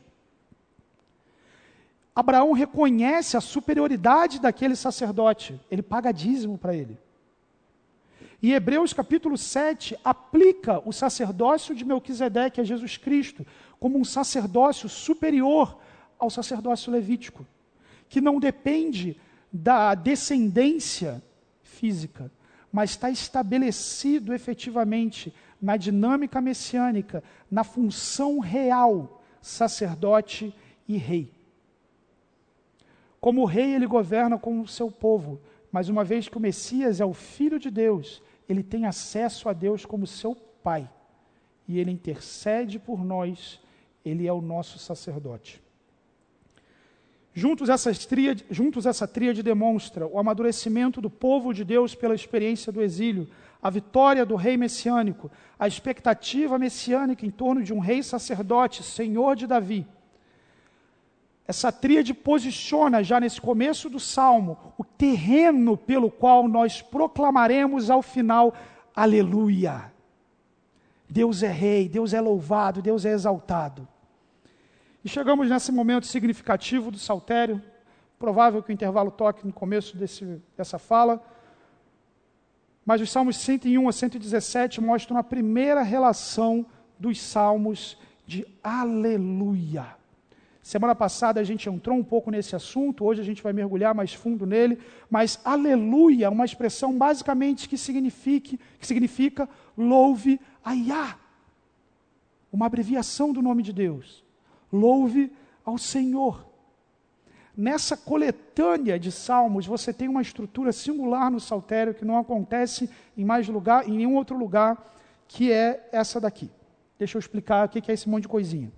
Abraão reconhece a superioridade daquele sacerdote. Ele paga dízimo para ele. E Hebreus capítulo sete aplica o sacerdócio de Melquisedeque a Jesus Cristo como um sacerdócio superior ao sacerdócio levítico, que não depende da descendência física, mas está estabelecido efetivamente na dinâmica messiânica, na função real, sacerdote e rei. Como rei, ele governa com o seu povo, mas uma vez que o Messias é o Filho de Deus, ele tem acesso a Deus como seu Pai. E ele intercede por nós, ele é o nosso sacerdote. Juntos, essas tríade, juntos essa tríade demonstra o amadurecimento do povo de Deus pela experiência do exílio, a vitória do rei messiânico, a expectativa messiânica em torno de um rei sacerdote, Senhor de Davi. Essa tríade posiciona já nesse começo do Salmo o terreno pelo qual nós proclamaremos ao final, aleluia. Deus é rei, Deus é louvado, Deus é exaltado. E chegamos nesse momento significativo do saltério, provável que o intervalo toque no começo desse, dessa fala, mas os Salmos cento e um a cento e dezessete mostram a primeira relação dos Salmos de aleluia. Semana passada a gente entrou um pouco nesse assunto, hoje a gente vai mergulhar mais fundo nele, mas aleluia é uma expressão basicamente que, signifique, que significa louve a Yah, uma abreviação do nome de Deus. Louve ao Senhor. Nessa coletânea de salmos, você tem uma estrutura singular no saltério que não acontece em mais lugar, em nenhum outro lugar, que é essa daqui. Deixa eu explicar o que é esse monte de coisinha.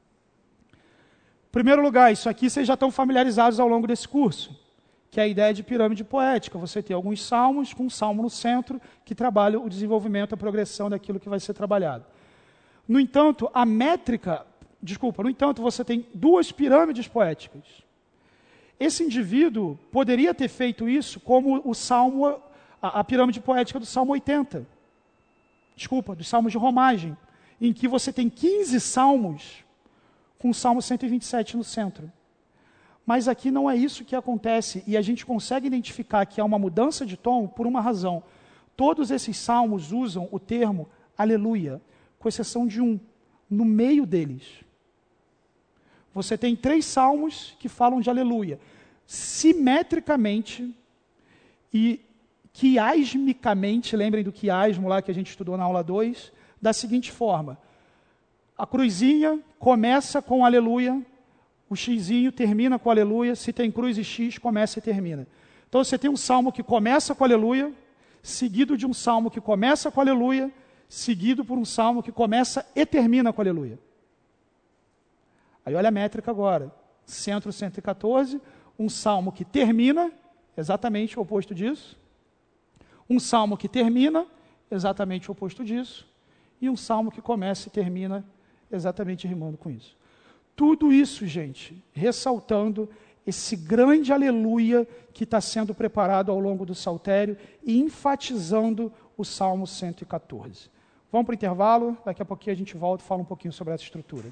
Em primeiro lugar, isso aqui vocês já estão familiarizados ao longo desse curso, que é a ideia de pirâmide poética. Você tem alguns salmos, com um salmo no centro, que trabalha o desenvolvimento, a progressão daquilo que vai ser trabalhado. No entanto, a métrica, desculpa, no entanto, você tem duas pirâmides poéticas. Esse indivíduo poderia ter feito isso como o salmo, a, a pirâmide poética do Salmo oitenta. Desculpa, dos salmos de romagem, em que você tem quinze salmos com o Salmo cento e vinte e sete no centro. Mas aqui não é isso que acontece, e a gente consegue identificar que há uma mudança de tom por uma razão. Todos esses salmos usam o termo aleluia, com exceção de um, no meio deles. Você tem três salmos que falam de aleluia, simetricamente e quiasmicamente, lembrem do quiasmo lá que a gente estudou na aula dois, da seguinte forma: a cruzinha começa com aleluia, o xizinho termina com aleluia, se tem cruz e x, começa e termina. Então você tem um salmo que começa com aleluia, seguido de um salmo que começa com aleluia, seguido por um salmo que começa e termina com aleluia. Aí olha a métrica agora, centro cento e quatorze, um salmo que termina, exatamente o oposto disso, um salmo que termina, exatamente o oposto disso, e um salmo que começa e termina exatamente rimando com isso. Tudo isso, gente, ressaltando esse grande aleluia que está sendo preparado ao longo do saltério e enfatizando o Salmo cento e quatorze. Vamos para o intervalo, daqui a pouquinho a gente volta e fala um pouquinho sobre essa estrutura.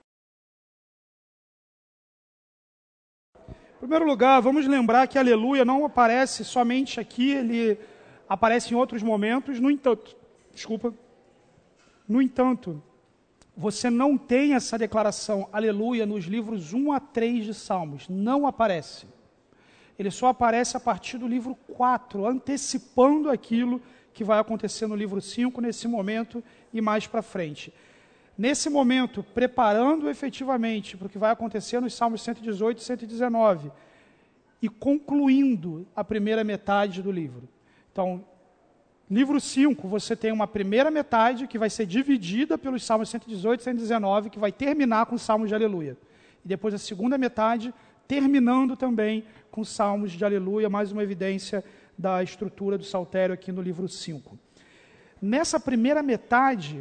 Em primeiro lugar, vamos lembrar que aleluia não aparece somente aqui, ele aparece em outros momentos, no entanto, desculpa, no entanto, você não tem essa declaração aleluia nos livros um a três de Salmos, não aparece. Ele só aparece a partir do livro quatro, antecipando aquilo que vai acontecer no livro cinco, nesse momento e mais para frente. Nesse momento, preparando efetivamente para o que vai acontecer nos Salmos cento e dezoito e cento e dezenove, e concluindo a primeira metade do livro. Então, livro cinco, você tem uma primeira metade que vai ser dividida pelos Salmos cento e dezoito e cento e dezenove, que vai terminar com os Salmos de Aleluia. E depois a segunda metade, terminando também com os Salmos de Aleluia, mais uma evidência da estrutura do saltério aqui no livro cinco. Nessa primeira metade,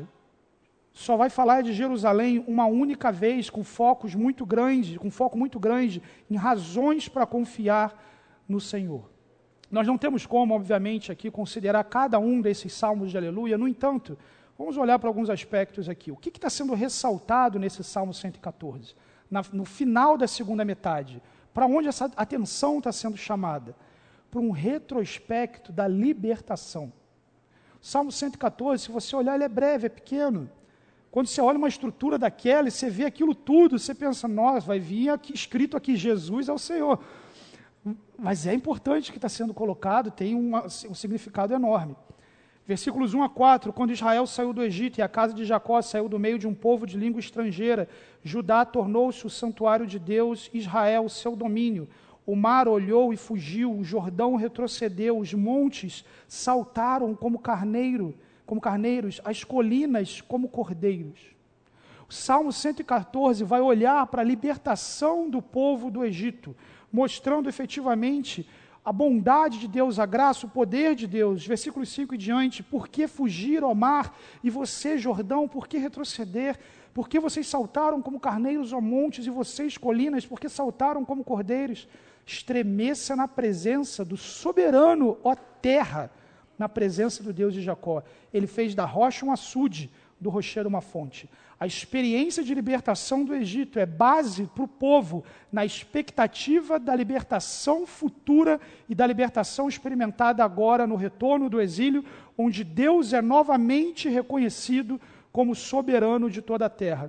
só vai falar de Jerusalém uma única vez, com focos muito grandes, com foco muito grande em razões para confiar no Senhor. Nós não temos como, obviamente, aqui considerar cada um desses salmos de aleluia, no entanto, vamos olhar para alguns aspectos aqui. O que está sendo ressaltado nesse Salmo cento e quatorze? Na, no final da segunda metade, para onde essa atenção está sendo chamada? Para um retrospecto da libertação. O Salmo cento e quatorze, se você olhar, ele é breve, é pequeno. Quando você olha uma estrutura daquela e você vê aquilo tudo, você pensa, nossa, vai vir aqui, escrito aqui, Jesus é o Senhor. Mas é importante que está sendo colocado, tem uma, um significado enorme. Versículos um a quatro, quando Israel saiu do Egito e a casa de Jacó saiu do meio de um povo de língua estrangeira, Judá tornou-se o santuário de Deus, Israel o seu domínio. O mar olhou e fugiu, o Jordão retrocedeu, os montes saltaram como carneiro, como carneiros, as colinas como cordeiros. O Salmo cento e quatorze vai olhar para a libertação do povo do Egito, mostrando efetivamente a bondade de Deus, a graça, o poder de Deus. Versículos cinco e diante, por que fugir, ó mar, e você, Jordão, por que retroceder? Por que vocês saltaram como carneiros, ó montes, e vocês, colinas, por que saltaram como cordeiros? Estremeça na presença do soberano, ó terra, na presença do Deus de Jacó. Ele fez da rocha um açude, do rochedo uma fonte. A experiência de libertação do Egito é base para o povo na expectativa da libertação futura e da libertação experimentada agora no retorno do exílio, onde Deus é novamente reconhecido como soberano de toda a terra.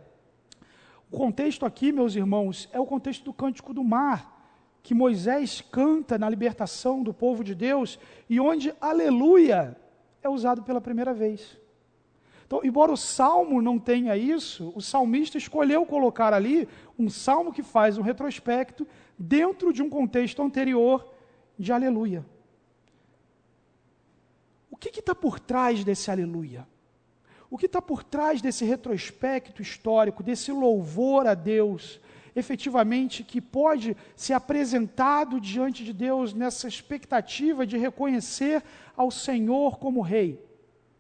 O contexto aqui, meus irmãos, é o contexto do Cântico do Mar, que Moisés canta na libertação do povo de Deus e onde aleluia é usado pela primeira vez. Então, embora o salmo não tenha isso, o salmista escolheu colocar ali um salmo que faz um retrospecto dentro de um contexto anterior de aleluia. O que está por trás desse aleluia? O que está por trás desse retrospecto histórico, desse louvor a Deus, efetivamente, que pode ser apresentado diante de Deus nessa expectativa de reconhecer ao Senhor como Rei?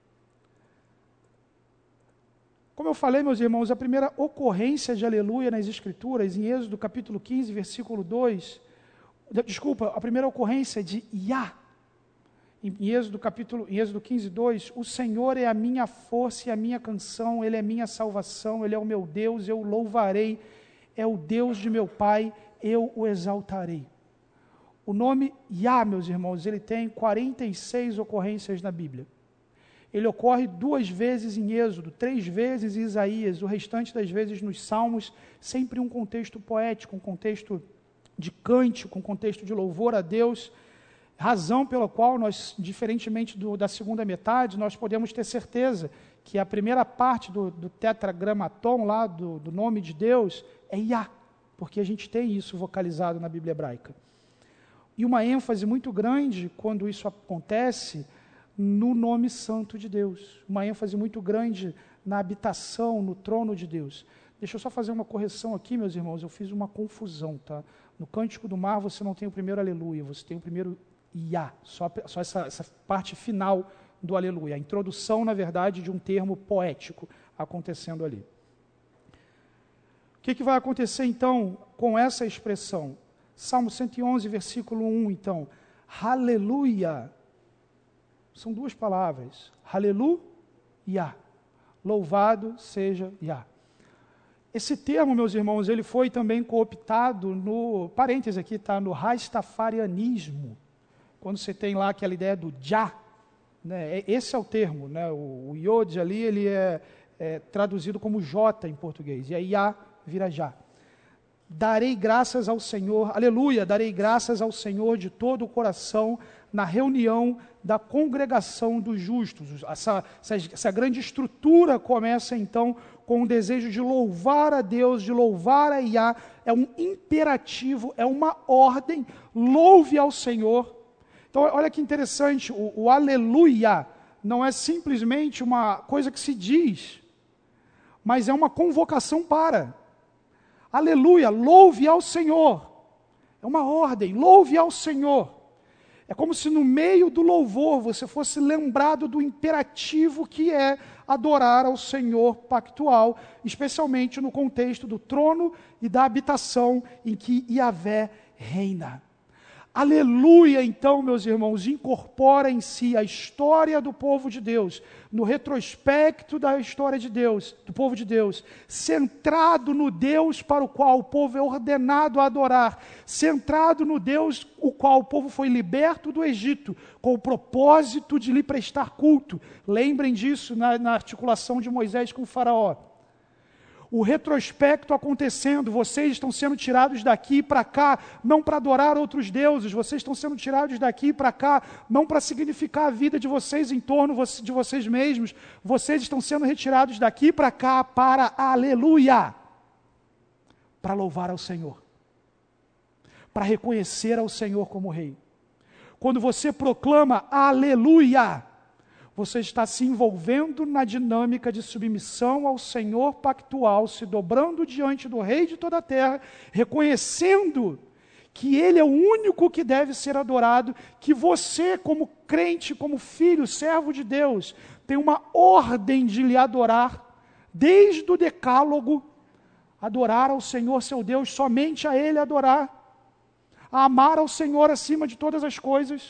Como eu falei, meus irmãos, a primeira ocorrência de aleluia nas Escrituras, em Êxodo capítulo quinze, versículo dois, desculpa, a primeira ocorrência de Iá, em Êxodo, capítulo, em Êxodo quinze, dois, o Senhor é a minha força e a minha canção, Ele é minha salvação, Ele é o meu Deus, eu o louvarei, é o Deus de meu Pai, eu o exaltarei. O nome Iá, meus irmãos, ele tem quarenta e seis ocorrências na Bíblia. Ele ocorre duas vezes em Êxodo, três vezes em Isaías, o restante das vezes nos Salmos, sempre um contexto poético, um contexto de cântico, um contexto de louvor a Deus, razão pela qual nós, diferentemente do, da segunda metade, nós podemos ter certeza que a primeira parte do, do tetragramaton lá, do, do nome de Deus, é Iá, porque a gente tem isso vocalizado na Bíblia hebraica. E uma ênfase muito grande, quando isso acontece, no nome santo de Deus. Uma ênfase muito grande na habitação, no trono de Deus. Deixa eu só fazer uma correção aqui, meus irmãos, eu fiz uma confusão, tá? No Cântico do Mar você não tem o primeiro aleluia, você tem o primeiro Iá, só, só essa, essa parte final do aleluia. A introdução, na verdade, de um termo poético acontecendo ali. O que, que vai acontecer, então, com essa expressão? Salmo cento e onze, versículo um, então. Aleluia. São duas palavras. Aleluia. Louvado seja Iá. Esse termo, meus irmãos, ele foi também cooptado no, parênteses aqui, tá? No rastafarianismo. Quando você tem lá aquela ideia do Já, né? Esse é o termo, né? O, o Yod ali, ele é, é traduzido como J em português. E aí Iá vira Já. Darei graças ao Senhor, aleluia, darei graças ao Senhor de todo o coração na reunião da congregação dos justos. Essa, essa, essa grande estrutura começa então com o desejo de louvar a Deus, de louvar a Iá, é um imperativo, é uma ordem, louve ao Senhor. Então olha que interessante, o, o aleluia não é simplesmente uma coisa que se diz, mas é uma convocação para. Aleluia, louve ao Senhor. É uma ordem, louve ao Senhor. É como se no meio do louvor você fosse lembrado do imperativo que é adorar ao Senhor pactual, especialmente no contexto do trono e da habitação em que Yahvé reina. Aleluia, então, meus irmãos, incorpora em si a história do povo de Deus, no retrospecto da história de Deus, do povo de Deus, centrado no Deus para o qual o povo é ordenado a adorar, centrado no Deus o qual o povo foi liberto do Egito, com o propósito de lhe prestar culto. Lembrem disso na, na articulação de Moisés com o faraó. O retrospecto acontecendo, vocês estão sendo tirados daqui para cá, não para adorar outros deuses, vocês estão sendo tirados daqui para cá, não para significar a vida de vocês em torno de vocês mesmos, vocês estão sendo retirados daqui para cá para aleluia, para louvar ao Senhor, para reconhecer ao Senhor como Rei. Quando você proclama aleluia, você está se envolvendo na dinâmica de submissão ao Senhor pactual, se dobrando diante do Rei de toda a terra, reconhecendo que Ele é o único que deve ser adorado, que você, como crente, como filho, servo de Deus, tem uma ordem de lhe adorar, desde o decálogo, adorar ao Senhor seu Deus, somente a Ele adorar, a amar ao Senhor acima de todas as coisas.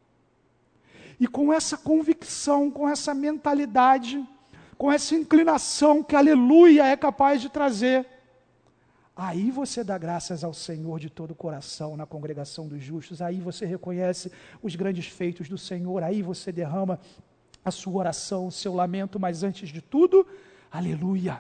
E com essa convicção, com essa mentalidade, com essa inclinação que aleluia é capaz de trazer, aí você dá graças ao Senhor de todo o coração na congregação dos justos, aí você reconhece os grandes feitos do Senhor, aí você derrama a sua oração, o seu lamento, mas antes de tudo, aleluia.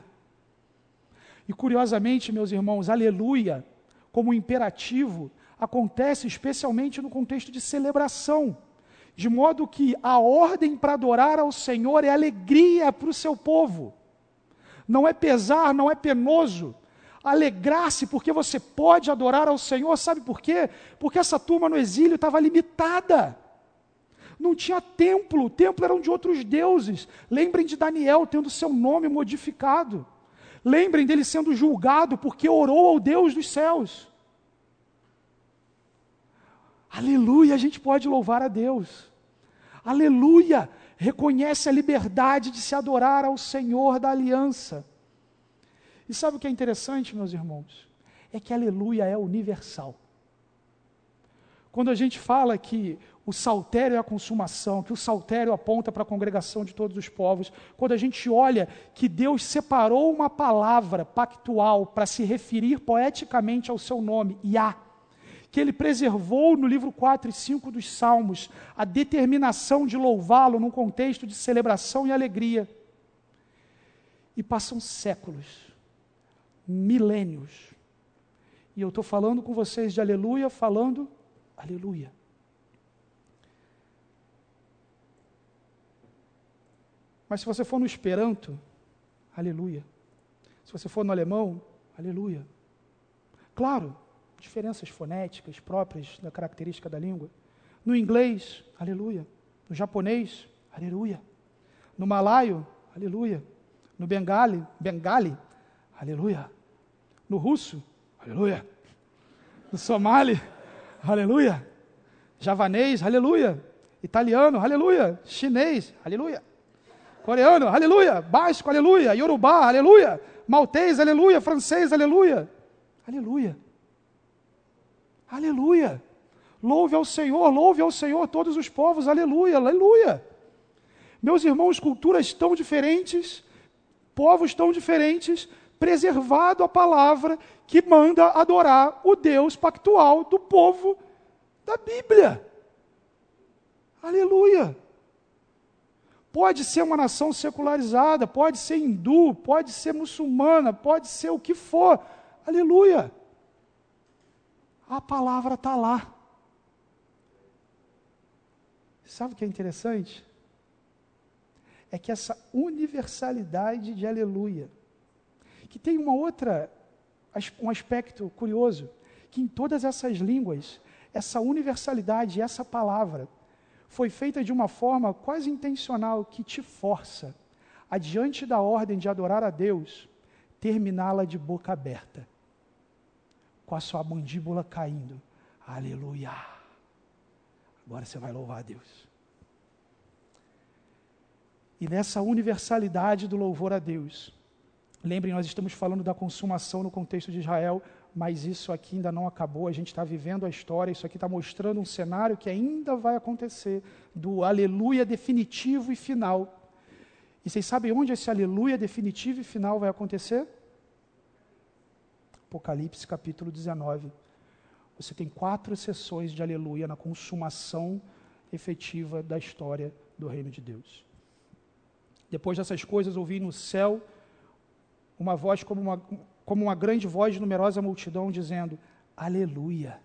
E curiosamente, meus irmãos, aleluia, como imperativo, acontece especialmente no contexto de celebração. De modo que a ordem para adorar ao Senhor é alegria para o seu povo. Não é pesar, não é penoso. Alegrar-se porque você pode adorar ao Senhor, sabe por quê? Porque essa turma no exílio estava limitada. Não tinha templo, o templo eram de outros deuses. Lembrem de Daniel tendo seu nome modificado. Lembrem dele sendo julgado porque orou ao Deus dos céus. Aleluia, a gente pode louvar a Deus. Aleluia, reconhece a liberdade de se adorar ao Senhor da aliança. E sabe o que é interessante, meus irmãos? É que aleluia é universal. Quando a gente fala que o saltério é a consumação, que o saltério aponta para a congregação de todos os povos, quando a gente olha que Deus separou uma palavra pactual para se referir poeticamente ao seu nome, Iá, que Ele preservou no livro quatro e cinco dos Salmos a determinação de louvá-lo num contexto de celebração e alegria. E passam séculos, milênios, e eu estou falando com vocês de aleluia, falando aleluia. Mas se você for no Esperanto, aleluia. Se você for no alemão, aleluia. Claro, diferenças fonéticas próprias da característica da língua. No inglês, aleluia. No japonês, aleluia. No malaio, aleluia. No bengali, bengali, aleluia. No russo, aleluia. No somali, aleluia. Javanês, aleluia. Italiano, aleluia. Chinês, aleluia. Coreano, aleluia. Basco, aleluia. Yorubá, aleluia. Maltês, aleluia. Francês, aleluia. Aleluia. Aleluia. Louve ao Senhor, louve ao Senhor todos os povos, aleluia, aleluia. Meus irmãos, culturas tão diferentes, povos tão diferentes, preservado a palavra que manda adorar o Deus pactual do povo da Bíblia. Aleluia. Pode ser uma nação secularizada, pode ser hindu, pode ser muçulmana, pode ser o que for. Aleluia. A palavra está lá. Sabe o que é interessante? É que essa universalidade de aleluia, que tem uma outra, um aspecto curioso, que em todas essas línguas, essa universalidade, essa palavra, foi feita de uma forma quase intencional, que te força, adiante da ordem de adorar a Deus, terminá-la de boca aberta, com a sua mandíbula caindo. Aleluia! Agora você vai louvar a Deus. E nessa universalidade do louvor a Deus, lembrem, nós estamos falando da consumação no contexto de Israel, mas isso aqui ainda não acabou, a gente está vivendo a história, isso aqui está mostrando um cenário que ainda vai acontecer, do aleluia definitivo e final. E vocês sabem onde esse aleluia definitivo e final vai acontecer? Apocalipse capítulo dezenove. Você tem quatro sessões de aleluia na consumação efetiva da história do reino de Deus. Depois dessas coisas, ouvi no céu uma voz como uma, como uma grande voz de numerosa multidão, dizendo, aleluia,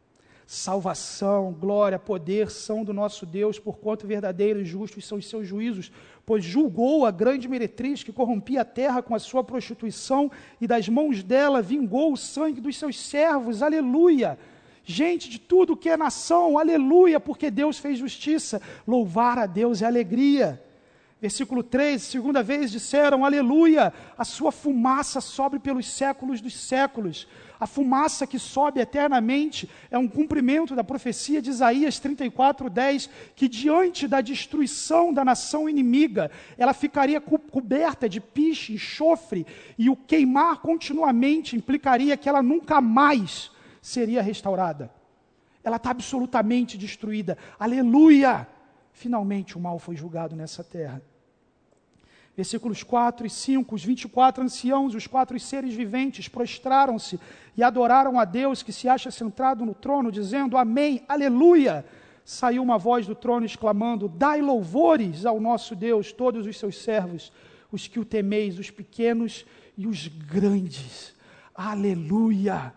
salvação, glória, poder são do nosso Deus, porquanto verdadeiros e justos são os seus juízos, pois julgou a grande meretriz que corrompia a terra com a sua prostituição, e das mãos dela vingou o sangue dos seus servos, aleluia. Gente de tudo que é nação, aleluia, porque Deus fez justiça, louvar a Deus é alegria. Versículo três, segunda vez disseram, aleluia, a sua fumaça sobe pelos séculos dos séculos. A fumaça que sobe eternamente é um cumprimento da profecia de Isaías trinta e quatro, dez, que diante da destruição da nação inimiga, ela ficaria co- coberta de piche e enxofre, e o queimar continuamente implicaria que ela nunca mais seria restaurada. Ela está absolutamente destruída. Aleluia! Finalmente o mal foi julgado nessa terra. Versículos quatro e cinco, os vinte e quatro anciãos, os quatro seres viventes, prostraram-se e adoraram a Deus que se acha sentado no trono, dizendo, amém, aleluia. Saiu uma voz do trono exclamando, dai louvores ao nosso Deus, todos os seus servos, os que o temeis, os pequenos e os grandes. Aleluia.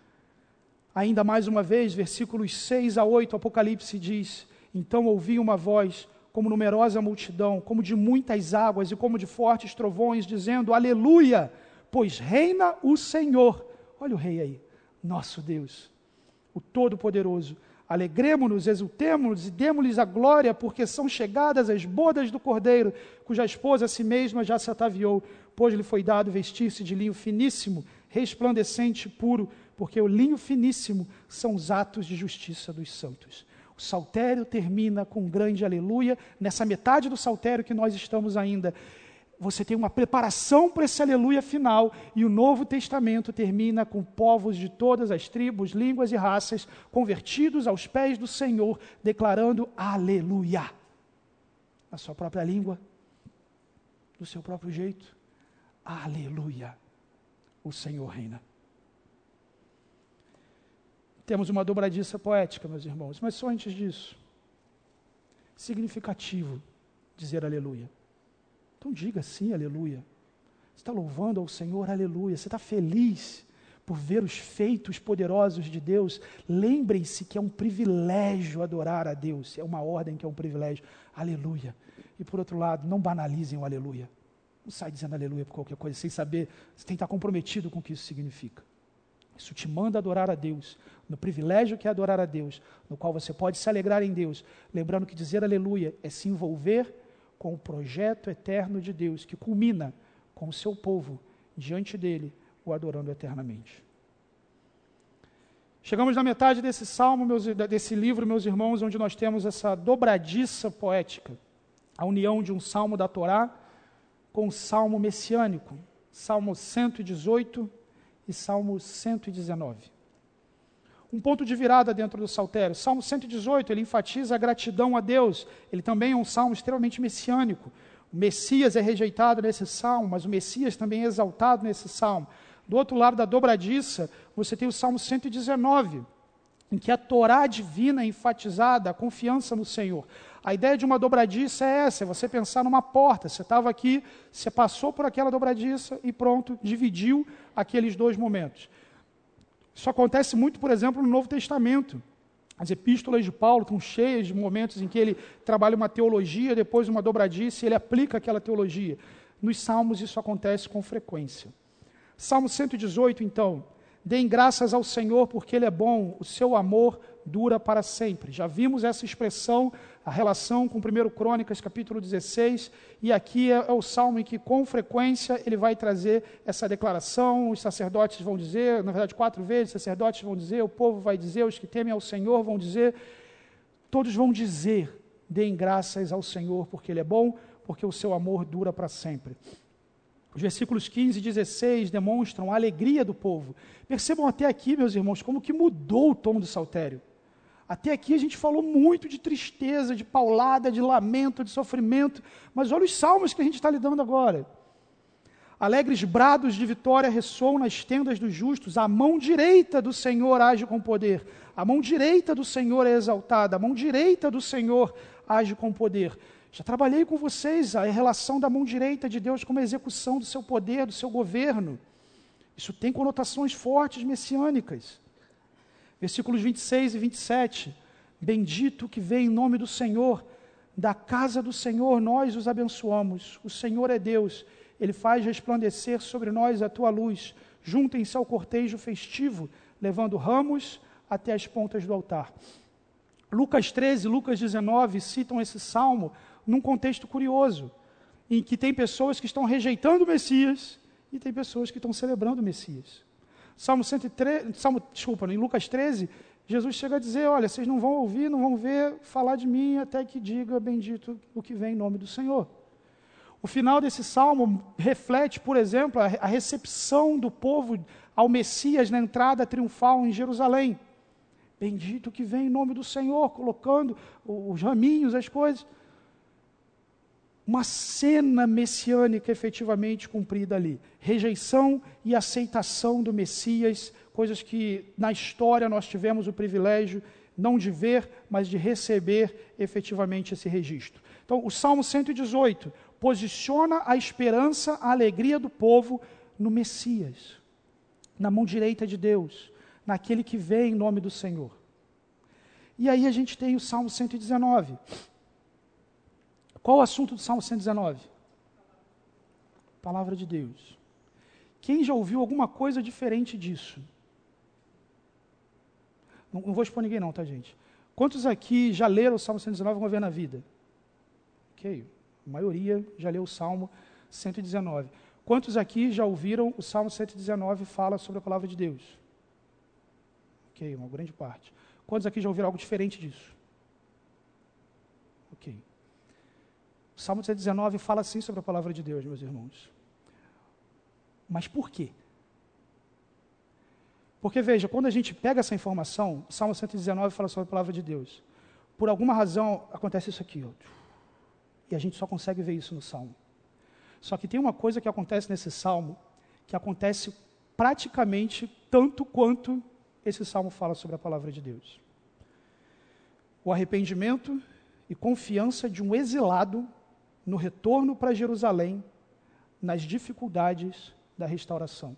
Ainda mais uma vez, versículos seis a oito, Apocalipse diz, então ouvi uma voz, como numerosa multidão, como de muitas águas e como de fortes trovões, dizendo, aleluia, pois reina o Senhor. Olha o rei aí, nosso Deus, o Todo-Poderoso. Alegremo-nos, exultemo-nos e demo-lhes a glória, porque são chegadas as bodas do Cordeiro, cuja esposa a si mesma já se ataviou, pois lhe foi dado vestir-se de linho finíssimo, resplandecente e puro, porque o linho finíssimo são os atos de justiça dos santos. O saltério termina com um grande aleluia. Nessa metade do saltério que nós estamos ainda, você tem uma preparação para esse aleluia final, e o Novo Testamento termina com povos de todas as tribos, línguas e raças, convertidos aos pés do Senhor, declarando aleluia. Na sua própria língua, do seu próprio jeito, aleluia, o Senhor reina. Temos uma dobradiça poética, meus irmãos, mas só antes disso, significativo dizer aleluia. Então diga sim, aleluia. Você está louvando ao Senhor, aleluia. Você está feliz por ver os feitos poderosos de Deus. Lembrem-se que é um privilégio adorar a Deus. É uma ordem que é um privilégio. Aleluia. E por outro lado, não banalizem o aleluia. Não sai dizendo aleluia por qualquer coisa, sem saber. Você tem que estar comprometido com o que isso significa. Isso te manda adorar a Deus, no privilégio que é adorar a Deus, no qual você pode se alegrar em Deus, lembrando que dizer aleluia é se envolver com o projeto eterno de Deus, que culmina com o seu povo diante dele, o adorando eternamente. Chegamos na metade desse salmo, meus, desse livro, meus irmãos, onde nós temos essa dobradiça poética, a união de um salmo da Torá com um salmo messiânico, Salmo cento e dezoito e Salmo cento e dezenove. Um ponto de virada dentro do saltério. Salmo cento e dezoito, ele enfatiza a gratidão a Deus. Ele também é um salmo extremamente messiânico. O Messias é rejeitado nesse salmo, mas o Messias também é exaltado nesse salmo. Do outro lado da dobradiça, você tem o Salmo cento e dezenove, em que a Torá divina é enfatizada, a confiança no Senhor. A ideia de uma dobradiça é essa, é você pensar numa porta. Você estava aqui, você passou por aquela dobradiça e pronto, dividiu aqueles dois momentos. Isso acontece muito, por exemplo, no Novo Testamento. As epístolas de Paulo estão cheias de momentos em que ele trabalha uma teologia, depois uma dobradiça, e ele aplica aquela teologia. Nos Salmos isso acontece com frequência. Salmo cento e dezoito, então, deem graças ao Senhor porque Ele é bom, o seu amor dura para sempre. Já vimos essa expressão, a relação com primeiro Crônicas, capítulo dezesseis, e aqui é, é o salmo em que, com frequência, ele vai trazer essa declaração, os sacerdotes vão dizer, na verdade, quatro vezes, os sacerdotes vão dizer, o povo vai dizer, os que temem ao Senhor vão dizer, todos vão dizer, deem graças ao Senhor porque Ele é bom, porque o seu amor dura para sempre. Os versículos quinze e dezesseis demonstram a alegria do povo. Percebam até aqui, meus irmãos, como que mudou o tom do saltério. Até aqui a gente falou muito de tristeza, de paulada, de lamento, de sofrimento, mas olha os salmos que a gente está lidando agora. Alegres brados de vitória ressoam nas tendas dos justos, a mão direita do Senhor age com poder, a mão direita do Senhor é exaltada, a mão direita do Senhor age com poder. Já trabalhei com vocês a relação da mão direita de Deus como a execução do seu poder, do seu governo. Isso tem conotações fortes messiânicas. Versículos vinte e seis e vinte e sete. Bendito que vem em nome do Senhor, da casa do Senhor nós os abençoamos. O Senhor é Deus, Ele faz resplandecer sobre nós a tua luz. Juntem-se ao cortejo festivo, levando ramos até as pontas do altar. Lucas treze, Lucas dezenove citam esse salmo num contexto curioso, em que tem pessoas que estão rejeitando o Messias e tem pessoas que estão celebrando o Messias. Salmo cento e treze, Salmo, desculpa, em Lucas treze, Jesus chega a dizer, olha, vocês não vão ouvir, não vão ver falar de mim até que diga bendito o que vem em nome do Senhor. O final desse salmo reflete, por exemplo, a, a recepção do povo ao Messias na entrada triunfal em Jerusalém. Bendito que vem em nome do Senhor, colocando os raminhos, as coisas. Uma cena messiânica efetivamente cumprida ali. Rejeição e aceitação do Messias, coisas que na história nós tivemos o privilégio não de ver, mas de receber efetivamente esse registro. Então, o Salmo cento e dezoito posiciona a esperança, a alegria do povo no Messias, na mão direita de Deus, naquele que vem em nome do Senhor. E aí a gente tem o Salmo cento e dezenove. Qual o assunto do Salmo cento e dezenove? Palavra de Deus. Quem já ouviu alguma coisa diferente disso? Não, não vou expor ninguém não, tá, gente? Quantos aqui já leram o Salmo cento e dezenove uma vez na vida? Ok, a maioria já leu o Salmo cento e dezenove. Quantos aqui já ouviram o Salmo cento e dezenove fala sobre a palavra de Deus? Ok, uma grande parte. Quantos aqui já ouviram algo diferente disso? Ok. O Salmo cento e dezenove fala sim sobre a palavra de Deus, meus irmãos. Mas por quê? Porque, veja, quando a gente pega essa informação, o Salmo cento e dezenove fala sobre a palavra de Deus. Por alguma razão, acontece isso aqui, ó. E a gente só consegue ver isso no Salmo. Só que tem uma coisa que acontece nesse Salmo, que acontece praticamente tanto quanto esse Salmo fala sobre a palavra de Deus. O arrependimento e confiança de um exilado no retorno para Jerusalém, nas dificuldades da restauração.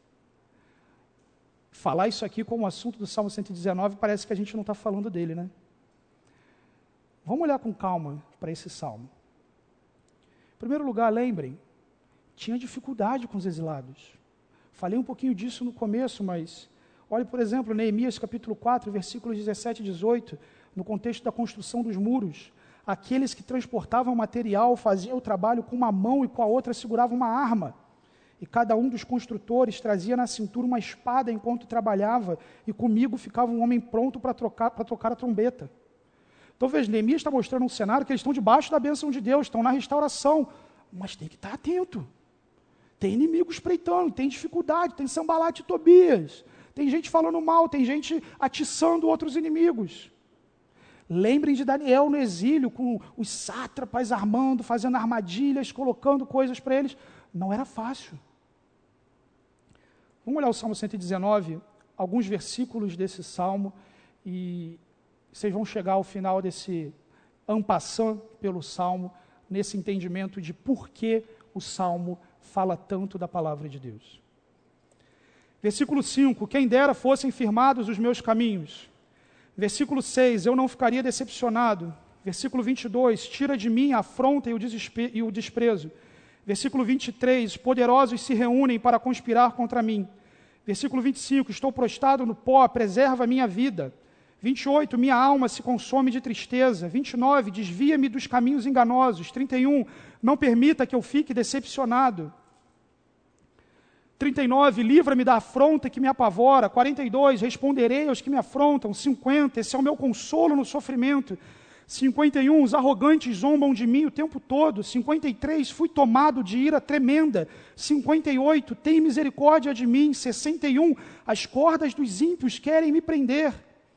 Falar isso aqui como assunto do Salmo cento e dezenove, parece que a gente não está falando dele, né? Vamos olhar com calma para esse Salmo. Em primeiro lugar, lembrem, tinha dificuldade com os exilados. Falei um pouquinho disso no começo, mas olhe, por exemplo, Neemias capítulo quatro, versículos dezessete e dezoito, no contexto da construção dos muros. Aqueles que transportavam material faziam o trabalho com uma mão e com a outra seguravam uma arma. e cada um dos construtores trazia na cintura uma espada enquanto trabalhava, e comigo ficava um homem pronto para trocar, para tocar a trombeta. Então, veja, Neemias está mostrando um cenário que eles estão debaixo da bênção de Deus, estão na restauração, mas tem que estar atento. Tem inimigo espreitando, tem dificuldade, tem Sambalate e Tobias, tem gente falando mal, tem gente atiçando outros inimigos. Lembrem de Daniel no exílio, com os sátrapas armando, fazendo armadilhas, colocando coisas para eles. Não era fácil. Vamos olhar o Salmo cento e dezenove, alguns versículos desse Salmo, e vocês vão chegar ao final desse en passant pelo Salmo, nesse entendimento de por que o Salmo fala tanto da palavra de Deus. Versículo cinco, quem dera fossem firmados os meus caminhos. Versículo seis, eu não ficaria decepcionado. Versículo vinte e dois, tira de mim a afronta e o, desespe- e o desprezo. Versículo vinte e três, poderosos se reúnem para conspirar contra mim. Versículo vinte e cinco, estou prostrado no pó, preserva a minha vida. vinte e oito, minha alma se consome de tristeza. vinte e nove, desvia-me dos caminhos enganosos. trinta e um, não permita que eu fique decepcionado. trinta e nove, livra-me da afronta que me apavora. quarenta e dois, responderei aos que me afrontam. cinquenta, esse é o meu consolo no sofrimento. cinquenta e um, os arrogantes zombam de mim o tempo todo. cinquenta e três, fui tomado de ira tremenda. cinquenta e oito, tem misericórdia de mim. sessenta e um, as cordas dos ímpios querem me prender.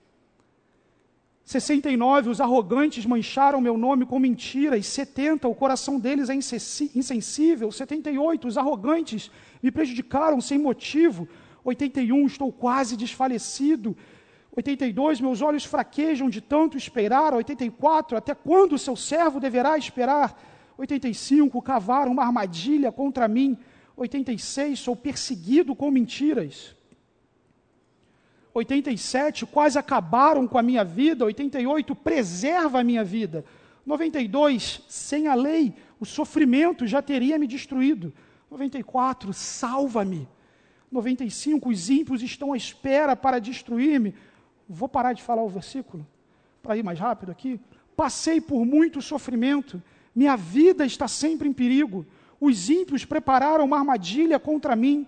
sessenta e nove, os arrogantes mancharam meu nome com mentiras. setenta, o coração deles é insensível. setenta e oito, os arrogantes me prejudicaram sem motivo. oitenta e um, estou quase desfalecido. oitenta e dois, meus olhos fraquejam de tanto esperar. oitenta e quatro, até quando o seu servo deverá esperar? oitenta e cinco, cavaram uma armadilha contra mim. oitenta e seis, sou perseguido com mentiras. oitenta e sete, quase acabaram com a minha vida. oitenta e oito, preserva a minha vida. noventa e dois, sem a lei, o sofrimento já teria me destruído. noventa e quatro, salva-me. noventa e cinco, os ímpios estão à espera para destruir-me. Vou parar de falar o versículo, para ir mais rápido aqui. Passei por muito sofrimento, minha vida está sempre em perigo. Os ímpios prepararam uma armadilha contra mim.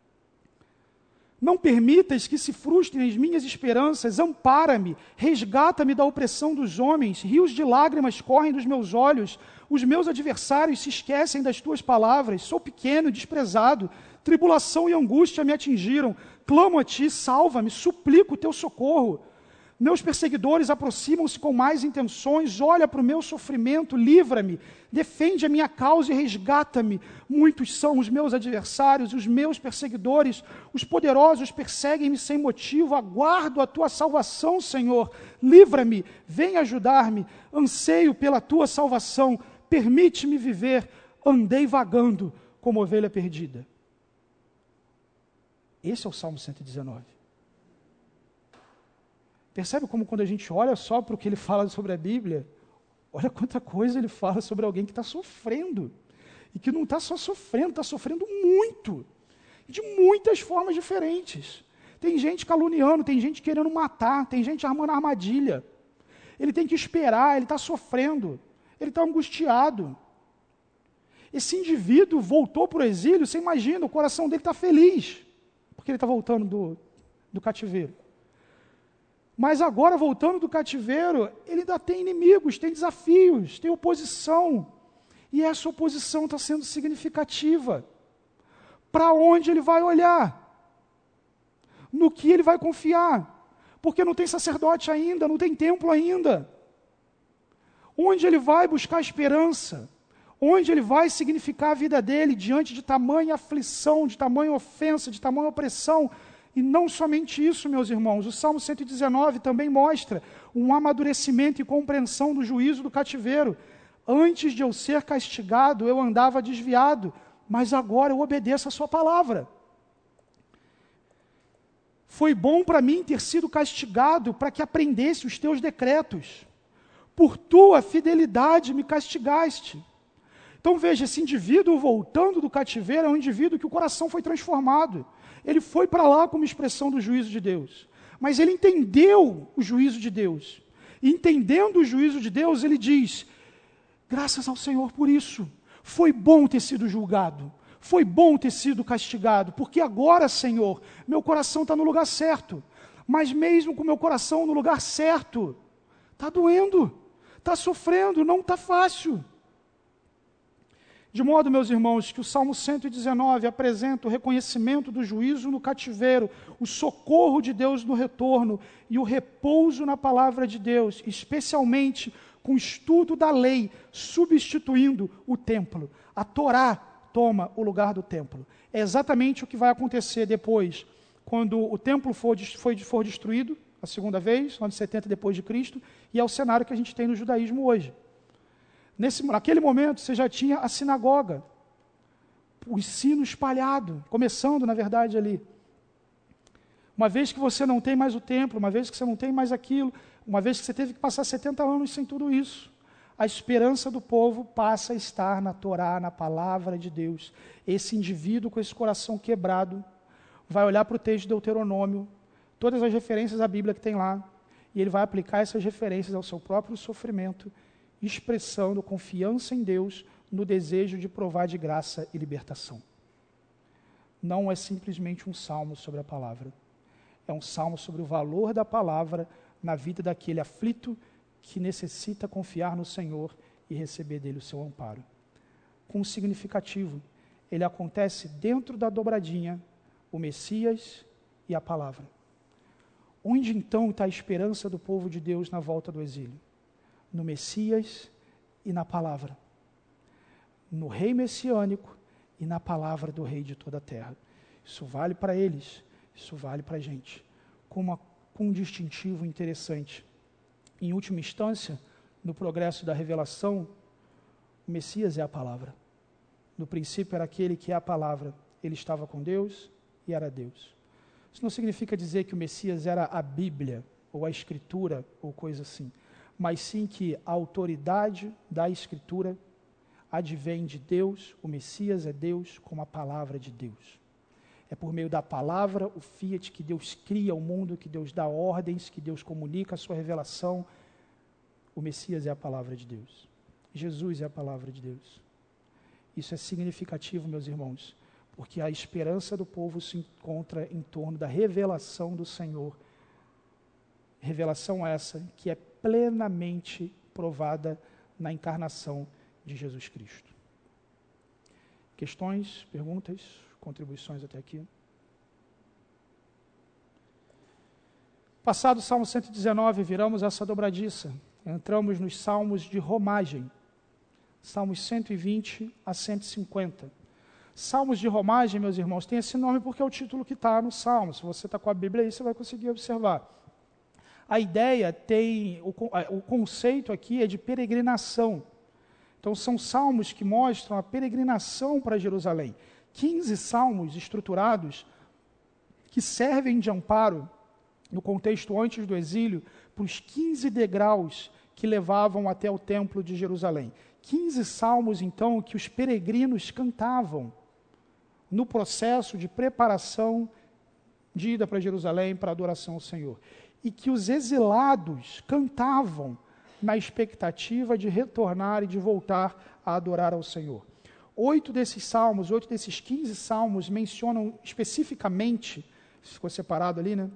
Não permitas que se frustrem as minhas esperanças, ampara-me, resgata-me da opressão dos homens, rios de lágrimas correm dos meus olhos, os meus adversários se esquecem das tuas palavras, sou pequeno e desprezado, tribulação e angústia me atingiram, clamo a ti, salva-me, suplico o teu socorro. Meus perseguidores aproximam-se com mais intenções, olha para o meu sofrimento, livra-me, defende a minha causa e resgata-me. Muitos são os meus adversários, os meus perseguidores, os poderosos perseguem-me sem motivo, aguardo a tua salvação, Senhor, livra-me, vem ajudar-me, anseio pela tua salvação, permite-me viver, andei vagando como ovelha perdida. Esse é o Salmo cento e dezenove. Percebe como quando a gente olha só para o que ele fala sobre a Bíblia, olha quanta coisa ele fala sobre alguém que está sofrendo. E que não está só sofrendo, está sofrendo muito. De muitas formas diferentes. Tem gente caluniando, tem gente querendo matar, tem gente armando armadilha. Ele tem que esperar, ele está sofrendo, ele está angustiado. Esse indivíduo voltou para o exílio, você imagina, o coração dele está feliz, porque ele está voltando do, do cativeiro. Mas agora, voltando do cativeiro, ele ainda tem inimigos, tem desafios, tem oposição. E essa oposição está sendo significativa. Para onde ele vai olhar? No que ele vai confiar? Porque não tem sacerdote ainda, não tem templo ainda. Onde ele vai buscar esperança? Onde ele vai significar a vida dele diante de tamanha aflição, de tamanha ofensa, de tamanha opressão? E não somente isso, meus irmãos, o Salmo cento e dezenove também mostra um amadurecimento e compreensão do juízo do cativeiro. Antes de eu ser castigado, eu andava desviado, mas agora eu obedeço a sua palavra. Foi bom para mim ter sido castigado para que aprendesse os teus decretos. Por tua fidelidade me castigaste. Então veja, esse indivíduo voltando do cativeiro é um indivíduo que o coração foi transformado. Ele foi para lá como expressão do juízo de Deus. Mas ele entendeu o juízo de Deus. E entendendo o juízo de Deus, ele diz, graças ao Senhor por isso. Foi bom ter sido julgado. Foi bom ter sido castigado, porque agora, Senhor, meu coração está no lugar certo. Mas mesmo com meu coração no lugar certo, está doendo, está sofrendo, não está fácil. De modo, meus irmãos, que o Salmo cento e dezenove apresenta o reconhecimento do juízo no cativeiro, o socorro de Deus no retorno e o repouso na palavra de Deus, especialmente com o estudo da lei, substituindo o templo. A Torá toma o lugar do templo. É exatamente o que vai acontecer depois, quando o templo for, for, for destruído, a segunda vez, no ano setenta depois de Cristo, e é o cenário que a gente tem no judaísmo hoje. Nesse, naquele momento, você já tinha a sinagoga, o ensino espalhado, começando, na verdade, ali. Uma vez que você não tem mais o templo, uma vez que você não tem mais aquilo, uma vez que você teve que passar setenta anos sem tudo isso, a esperança do povo passa a estar na Torá, na palavra de Deus. Esse indivíduo com esse coração quebrado vai olhar para o texto de Deuteronômio, todas as referências à Bíblia que tem lá, e ele vai aplicar essas referências ao seu próprio sofrimento, expressando confiança em Deus no desejo de provar de graça e libertação. Não é simplesmente um salmo sobre a palavra. É um salmo sobre o valor da palavra na vida daquele aflito que necessita confiar no Senhor e receber dele o seu amparo. Com um significativo, ele acontece dentro da dobradinha, o Messias e a palavra. Onde então está a esperança do povo de Deus na volta do exílio? No Messias e na palavra. No rei messiânico e na palavra do rei de toda a terra. Isso vale para eles, isso vale para a gente. Com, uma, com um distintivo interessante. Em última instância, no progresso da revelação, o Messias é a palavra. No princípio era aquele que é a palavra. Ele estava com Deus e era Deus. Isso não significa dizer que o Messias era a Bíblia, ou a Escritura, ou coisa assim. Mas sim que a autoridade da Escritura advém de Deus, o Messias é Deus como a palavra de Deus. É por meio da palavra, o fiat, que Deus cria o mundo, que Deus dá ordens, que Deus comunica a sua revelação. O Messias é a palavra de Deus. Jesus é a palavra de Deus. Isso é significativo, meus irmãos, porque a esperança do povo se encontra em torno da revelação do Senhor. Revelação essa que é plenamente provada na encarnação de Jesus Cristo. Questões, perguntas, contribuições até aqui? Passado o Salmo cento e dezenove, viramos essa dobradiça. Entramos nos salmos de romagem. Salmos cento e vinte a cento e cinquenta. Salmos de romagem, meus irmãos, tem esse nome porque é o título que está no Salmo. Se você está com a Bíblia aí, você vai conseguir observar. A ideia tem, o, o conceito aqui é de peregrinação. Então, são salmos que mostram a peregrinação para Jerusalém. quinze salmos estruturados que servem de amparo, no contexto antes do exílio, para os quinze degraus que levavam até o templo de Jerusalém. quinze salmos, então, que os peregrinos cantavam no processo de preparação de ida para Jerusalém para adoração ao Senhor. E que os exilados cantavam na expectativa de retornar e de voltar a adorar ao Senhor. Oito desses salmos, oito desses quinze salmos mencionam especificamente, ficou separado ali, né?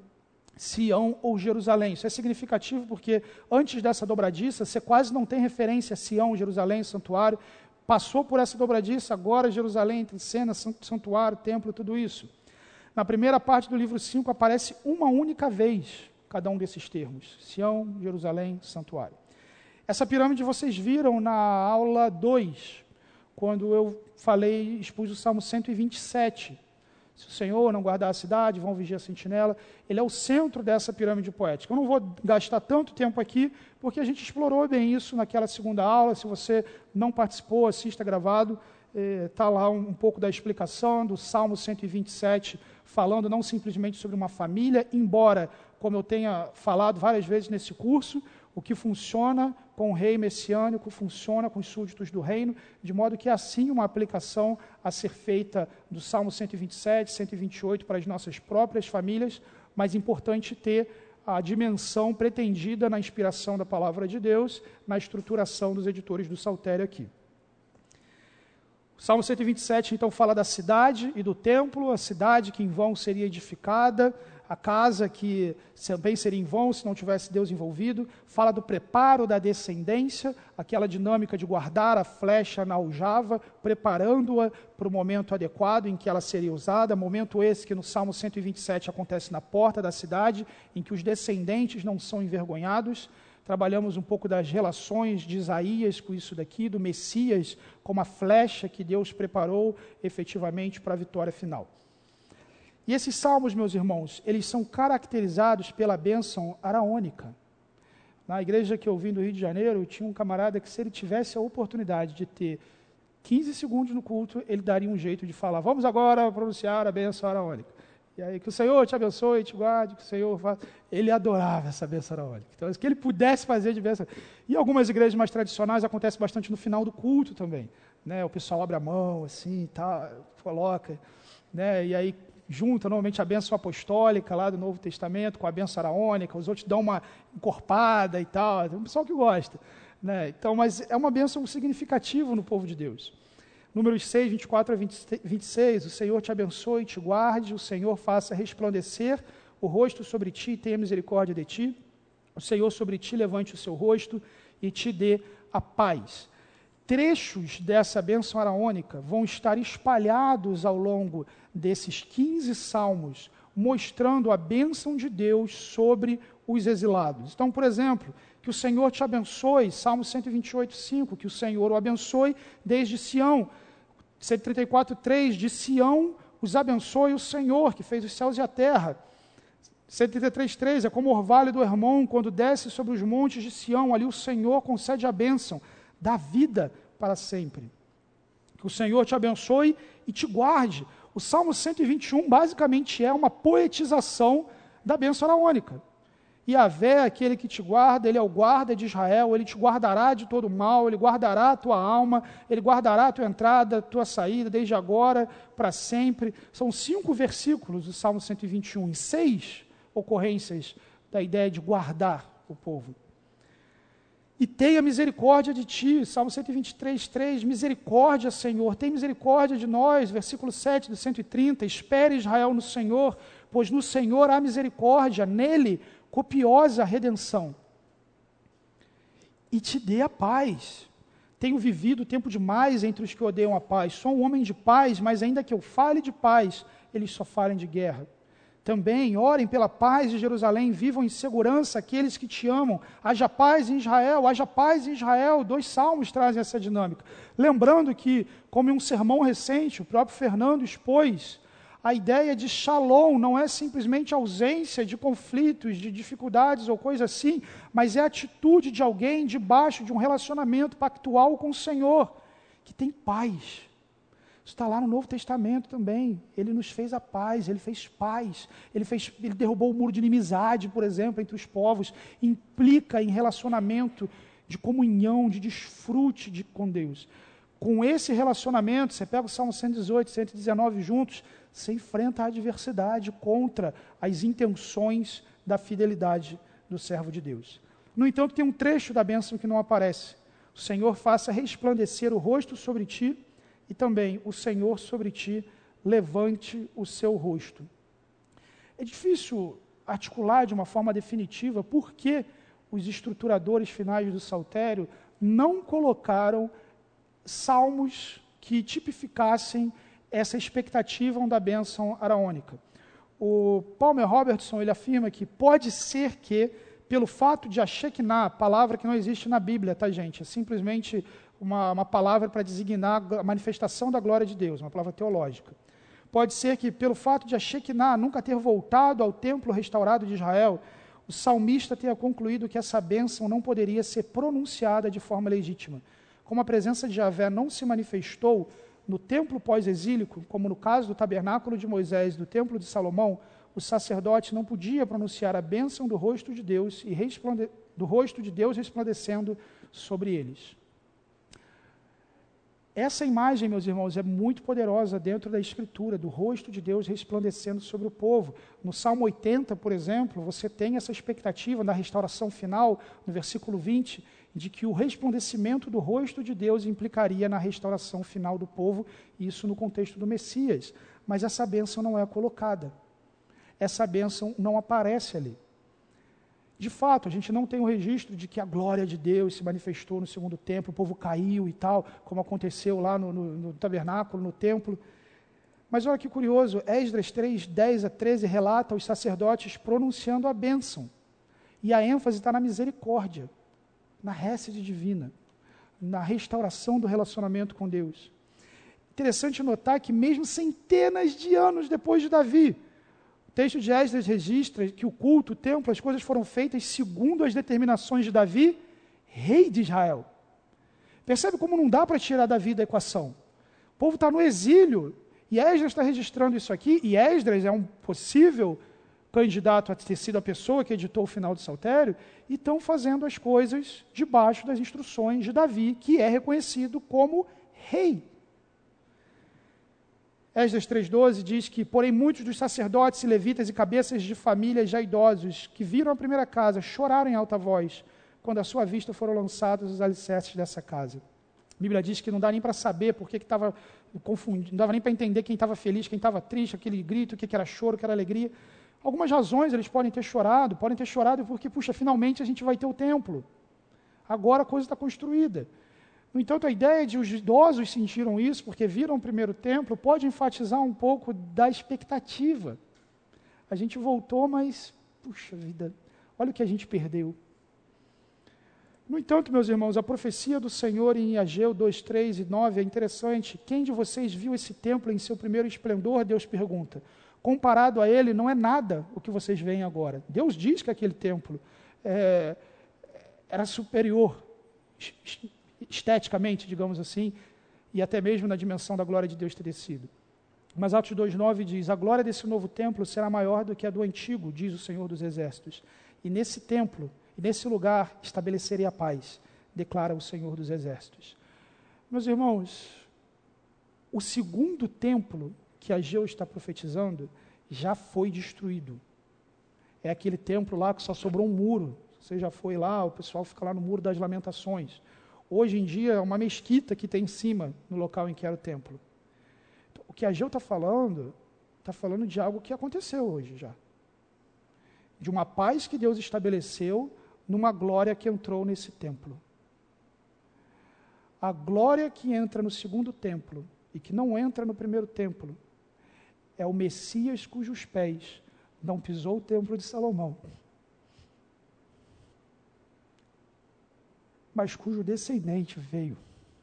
Sião ou Jerusalém. Isso é significativo porque antes dessa dobradiça, você quase não tem referência a Sião, Jerusalém, santuário. Passou por essa dobradiça, agora Jerusalém, entre cena, santuário, templo, tudo isso. Na primeira parte do livro cinco aparece uma única vez cada um desses termos. Sião, Jerusalém, santuário. Essa pirâmide vocês viram na aula dois, quando eu falei, expus o Salmo cento e vinte e sete. Se o Senhor não guardar a cidade, vão vigiar a sentinela. Ele é o centro dessa pirâmide poética. Eu não vou gastar tanto tempo aqui, porque a gente explorou bem isso naquela segunda aula. Se você não participou, assista gravado. Está eh, lá um, um pouco da explicação do Salmo cento e vinte e sete, falando não simplesmente sobre uma família, embora, como eu tenha falado várias vezes nesse curso, o que funciona com o rei messiânico funciona com os súditos do reino, de modo que é assim uma aplicação a ser feita do Salmo cento e vinte e sete, cento e vinte e oito para as nossas próprias famílias, mas importante ter a dimensão pretendida na inspiração da palavra de Deus, na estruturação dos editores do Saltério aqui. Salmo cento e vinte e sete, então, fala da cidade e do templo, a cidade que em vão seria edificada, a casa que também seria em vão se não tivesse Deus envolvido. Fala do preparo da descendência, aquela dinâmica de guardar a flecha na aljava, preparando-a para o momento adequado em que ela seria usada, momento esse que no Salmo cento e vinte e sete acontece na porta da cidade, em que os descendentes não são envergonhados. Trabalhamos um pouco das relações de Isaías com isso daqui, do Messias como a flecha que Deus preparou efetivamente para a vitória final. E esses salmos, meus irmãos, eles são caracterizados pela bênção araônica. Na igreja que eu vim do Rio de Janeiro, tinha um camarada que, se ele tivesse a oportunidade de ter quinze segundos no culto, ele daria um jeito de falar: vamos agora pronunciar a bênção araônica. E aí, que o Senhor te abençoe, te guarde, que o Senhor faça. Ele adorava essa bênção araônica. Então, o que ele pudesse fazer de bênção. E algumas igrejas mais tradicionais acontece bastante no final do culto também. Né? O pessoal abre a mão, assim, tá, coloca, né? E aí junta normalmente a bênção apostólica lá do Novo Testamento com a bênção araônica, os outros dão uma encorpada e tal, tem um pessoal que gosta, né? Então, mas é uma bênção significativa no povo de Deus. Números seis, vinte e quatro a vinte e seis, o Senhor te abençoe e te guarde, o Senhor faça resplandecer o rosto sobre ti e tenha misericórdia de ti, o Senhor sobre ti levante o seu rosto e te dê a paz. Trechos dessa bênção araônica vão estar espalhados ao longo desses quinze salmos, mostrando a bênção de Deus sobre os exilados. Então, por exemplo, que o Senhor te abençoe, Salmo cento e vinte e oito, cinco, que o Senhor o abençoe desde Sião. cento e trinta e quatro, três, de Sião os abençoe o Senhor, que fez os céus e a terra. cento e trinta e três, três, é como o orvalho do Hermon, quando desce sobre os montes de Sião, ali o Senhor concede a bênção, dá vida para sempre. Que o Senhor te abençoe e te guarde. O Salmo cento e vinte e um basicamente é uma poetização da bênção araônica. Yahvé, aquele que te guarda, ele é o guarda de Israel, ele te guardará de todo mal, ele guardará a tua alma, ele guardará a tua entrada, a tua saída, desde agora para sempre. São cinco versículos do Salmo cento e vinte e um, e seis ocorrências da ideia de guardar o povo. E tenha misericórdia de ti, Salmo cento e vinte e três, três, misericórdia, Senhor, tem misericórdia de nós, versículo sete do cento e trinta, espere Israel no Senhor, pois no Senhor há misericórdia, nele copiosa redenção. E te dê a paz. Tenho vivido tempo demais entre os que odeiam a paz, sou um homem de paz, mas ainda que eu fale de paz, eles só falem de guerra. Também orem pela paz de Jerusalém, vivam em segurança aqueles que te amam. Haja paz em Israel, haja paz em Israel. Dois salmos trazem essa dinâmica. Lembrando que, como em um sermão recente, o próprio Fernando expôs, a ideia de shalom não é simplesmente ausência de conflitos, de dificuldades ou coisa assim, mas é a atitude de alguém debaixo de um relacionamento pactual com o Senhor, que tem paz. Isso está lá no Novo Testamento também. Ele nos fez a paz, ele fez paz. Ele, fez, ele derrubou o muro de inimizade, por exemplo, entre os povos. Implica em relacionamento de comunhão, de desfrute de, com Deus. Com esse relacionamento, você pega o Salmo cento e dezoito, cento e dezenove juntos, você enfrenta a adversidade contra as intenções da fidelidade do servo de Deus. No entanto, tem um trecho da bênção que não aparece. O Senhor faça resplandecer o rosto sobre ti, e também o Senhor sobre ti levante o seu rosto. É difícil articular de uma forma definitiva por que os estruturadores finais do saltério não colocaram salmos que tipificassem essa expectativa da bênção araônica. O Palmer Robertson, ele afirma que pode ser que, pelo fato de a Shekinah, palavra que não existe na Bíblia, tá, gente? É simplesmente uma, uma palavra para designar a manifestação da glória de Deus, uma palavra teológica. Pode ser que, pelo fato de a Shekinah nunca ter voltado ao templo restaurado de Israel, o salmista tenha concluído que essa bênção não poderia ser pronunciada de forma legítima. Como a presença de Yahvé não se manifestou no templo pós-exílico, como no caso do tabernáculo de Moisés e do templo de Salomão, o sacerdote não podia pronunciar a bênção do rosto de Deus e resplande... do rosto de Deus resplandecendo sobre eles. Essa imagem, meus irmãos, é muito poderosa dentro da Escritura, do rosto de Deus resplandecendo sobre o povo. No Salmo oitenta, por exemplo, você tem essa expectativa da restauração final, no versículo vinte, de que o resplandecimento do rosto de Deus implicaria na restauração final do povo, isso no contexto do Messias. Mas essa bênção não é colocada. Essa bênção não aparece ali. De fato, a gente não tem o registro de que a glória de Deus se manifestou no segundo templo, o povo caiu e tal, como aconteceu lá no, no, no tabernáculo, no templo. Mas olha que curioso, Esdras três, dez a treze relata os sacerdotes pronunciando a bênção. E a ênfase está na misericórdia, na récide divina, na restauração do relacionamento com Deus. Interessante notar que mesmo centenas de anos depois de Davi, o texto de Esdras registra que o culto, o templo, as coisas foram feitas segundo as determinações de Davi, rei de Israel. Percebe como não dá para tirar Davi da equação? O povo está no exílio, e Esdras está registrando isso aqui, e Esdras é um possível candidato a ter sido a pessoa que editou o final do Saltério, e estão fazendo as coisas debaixo das instruções de Davi, que é reconhecido como rei. Esdras três doze diz que, porém, muitos dos sacerdotes e levitas e cabeças de famílias já idosos que viram a primeira casa choraram em alta voz quando à sua vista foram lançados os alicerces dessa casa. A Bíblia diz que não dá nem para saber porque que estava confundido, não dava nem para entender quem estava feliz, quem estava triste, aquele grito, o que era choro, o que era alegria. Algumas razões eles podem ter chorado, podem ter chorado porque, puxa, finalmente a gente vai ter o templo. Agora a coisa está construída. No entanto, a ideia de os idosos sentiram isso porque viram o primeiro templo pode enfatizar um pouco da expectativa. A gente voltou, mas, puxa vida, olha o que a gente perdeu. No entanto, meus irmãos, a profecia do Senhor em Ageu dois, três e nove é interessante. Quem de vocês viu esse templo em seu primeiro esplendor? Deus pergunta. Comparado a ele, não é nada o que vocês veem agora. Deus diz que aquele templo é, era superior esteticamente, digamos assim, e até mesmo na dimensão da glória de Deus ter descido. Mas Atos dois, nove diz, a glória desse novo templo será maior do que a do antigo, diz o Senhor dos Exércitos. E nesse templo, e nesse lugar, estabelecerei a paz, declara o Senhor dos Exércitos. Meus irmãos, o segundo templo que Ageu está profetizando já foi destruído. É aquele templo lá que só sobrou um muro. Você já foi lá, o pessoal fica lá no Muro das Lamentações. Hoje em dia é uma mesquita que tem em cima, no local em que era o templo. Então, o que Ageu está falando, está falando de algo que aconteceu hoje já. De uma paz que Deus estabeleceu numa glória que entrou nesse templo. A glória que entra no segundo templo e que não entra no primeiro templo é o Messias cujos pés não pisou o templo de Salomão, mas cujo descendente veio.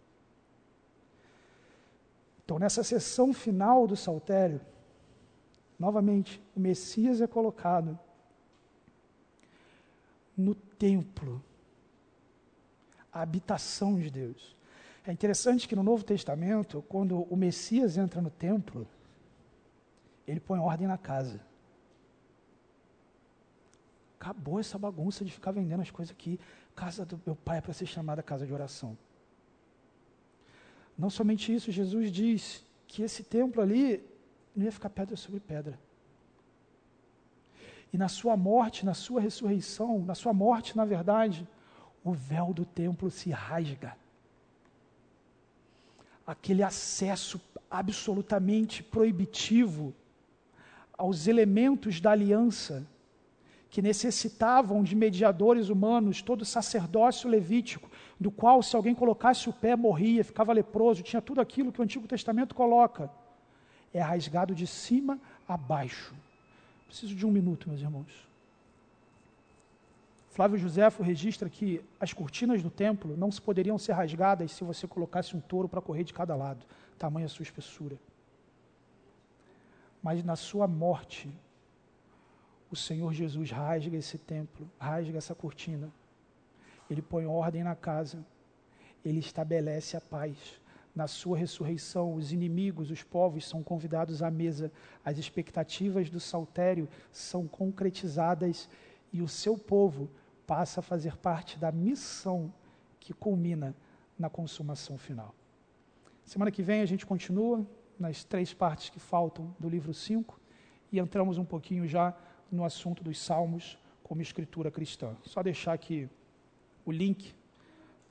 Então, nessa sessão final do Saltério, novamente, o Messias é colocado no templo, a habitação de Deus. É interessante que no Novo Testamento, quando o Messias entra no templo, ele põe ordem na casa. Acabou essa bagunça de ficar vendendo as coisas aqui. Casa do meu pai é para ser chamada casa de oração. Não somente isso, Jesus diz que esse templo ali não ia ficar pedra sobre pedra. E na sua morte, na sua ressurreição, na sua morte, na verdade, o véu do templo se rasga. Aquele acesso absolutamente proibitivo aos elementos da aliança que necessitavam de mediadores humanos, todo sacerdócio levítico, do qual, se alguém colocasse o pé, morria, ficava leproso, tinha tudo aquilo que o Antigo Testamento coloca. É rasgado de cima a baixo. Preciso de um minuto, meus irmãos. Flávio Joséfo registra que as cortinas do templo não se poderiam ser rasgadas se você colocasse um touro para correr de cada lado, tamanha a sua espessura. Mas na sua morte, o Senhor Jesus rasga esse templo, rasga essa cortina. Ele põe ordem na casa, ele estabelece a paz. Na sua ressurreição, os inimigos, os povos são convidados à mesa, as expectativas do saltério são concretizadas e o seu povo passa a fazer parte da missão que culmina na consumação final. Semana que vem a gente continua nas três partes que faltam do livro cinco e entramos um pouquinho já no assunto dos salmos como escritura cristã. Só deixar aqui o link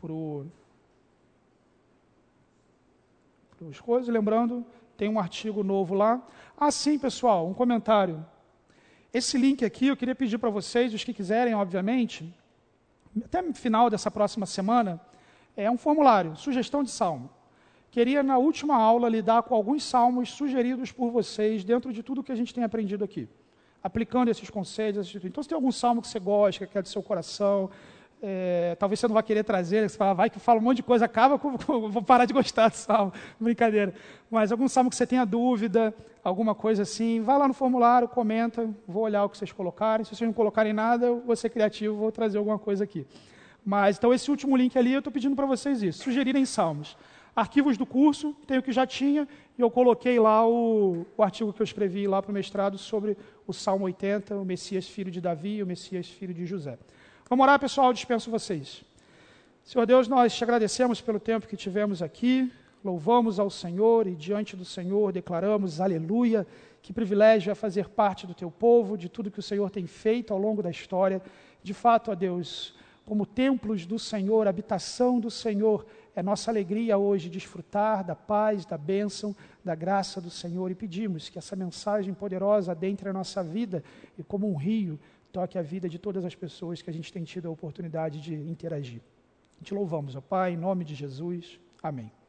as coisas, lembrando, tem um artigo novo lá. Ah, sim, pessoal, um comentário. Esse link aqui, eu queria pedir para vocês, os que quiserem, obviamente, até no final dessa próxima semana, é um formulário, sugestão de salmo. Queria, na última aula, lidar com alguns salmos sugeridos por vocês dentro de tudo que a gente tem aprendido aqui, aplicando esses conselhos. Então, se tem algum salmo que você gosta, que é do seu coração, é, talvez você não vá querer trazer, você fala, vai que fala um monte de coisa, acaba com, com vou parar de gostar do salmo, brincadeira. Mas algum salmo que você tenha dúvida, alguma coisa assim, vai lá no formulário, comenta, vou olhar o que vocês colocarem. Se vocês não colocarem nada, eu vou ser criativo, vou trazer alguma coisa aqui. Mas, então, esse último link ali, eu estou pedindo para vocês isso, sugerirem salmos. Arquivos do curso, tem o que já tinha, e eu coloquei lá o, o artigo que eu escrevi lá para o mestrado sobre o Salmo oitenta, o Messias filho de Davi e o Messias filho de José. Vamos orar, pessoal, eu dispenso vocês. Senhor Deus, nós te agradecemos pelo tempo que tivemos aqui, louvamos ao Senhor e diante do Senhor declaramos, aleluia, que privilégio é fazer parte do teu povo, de tudo que o Senhor tem feito ao longo da história. De fato, ó Deus, como templos do Senhor, habitação do Senhor, é nossa alegria hoje desfrutar da paz, da bênção, da graça do Senhor, e pedimos que essa mensagem poderosa adentre a nossa vida e como um rio toque a vida de todas as pessoas que a gente tem tido a oportunidade de interagir. Te louvamos, ó Pai, em nome de Jesus. Amém.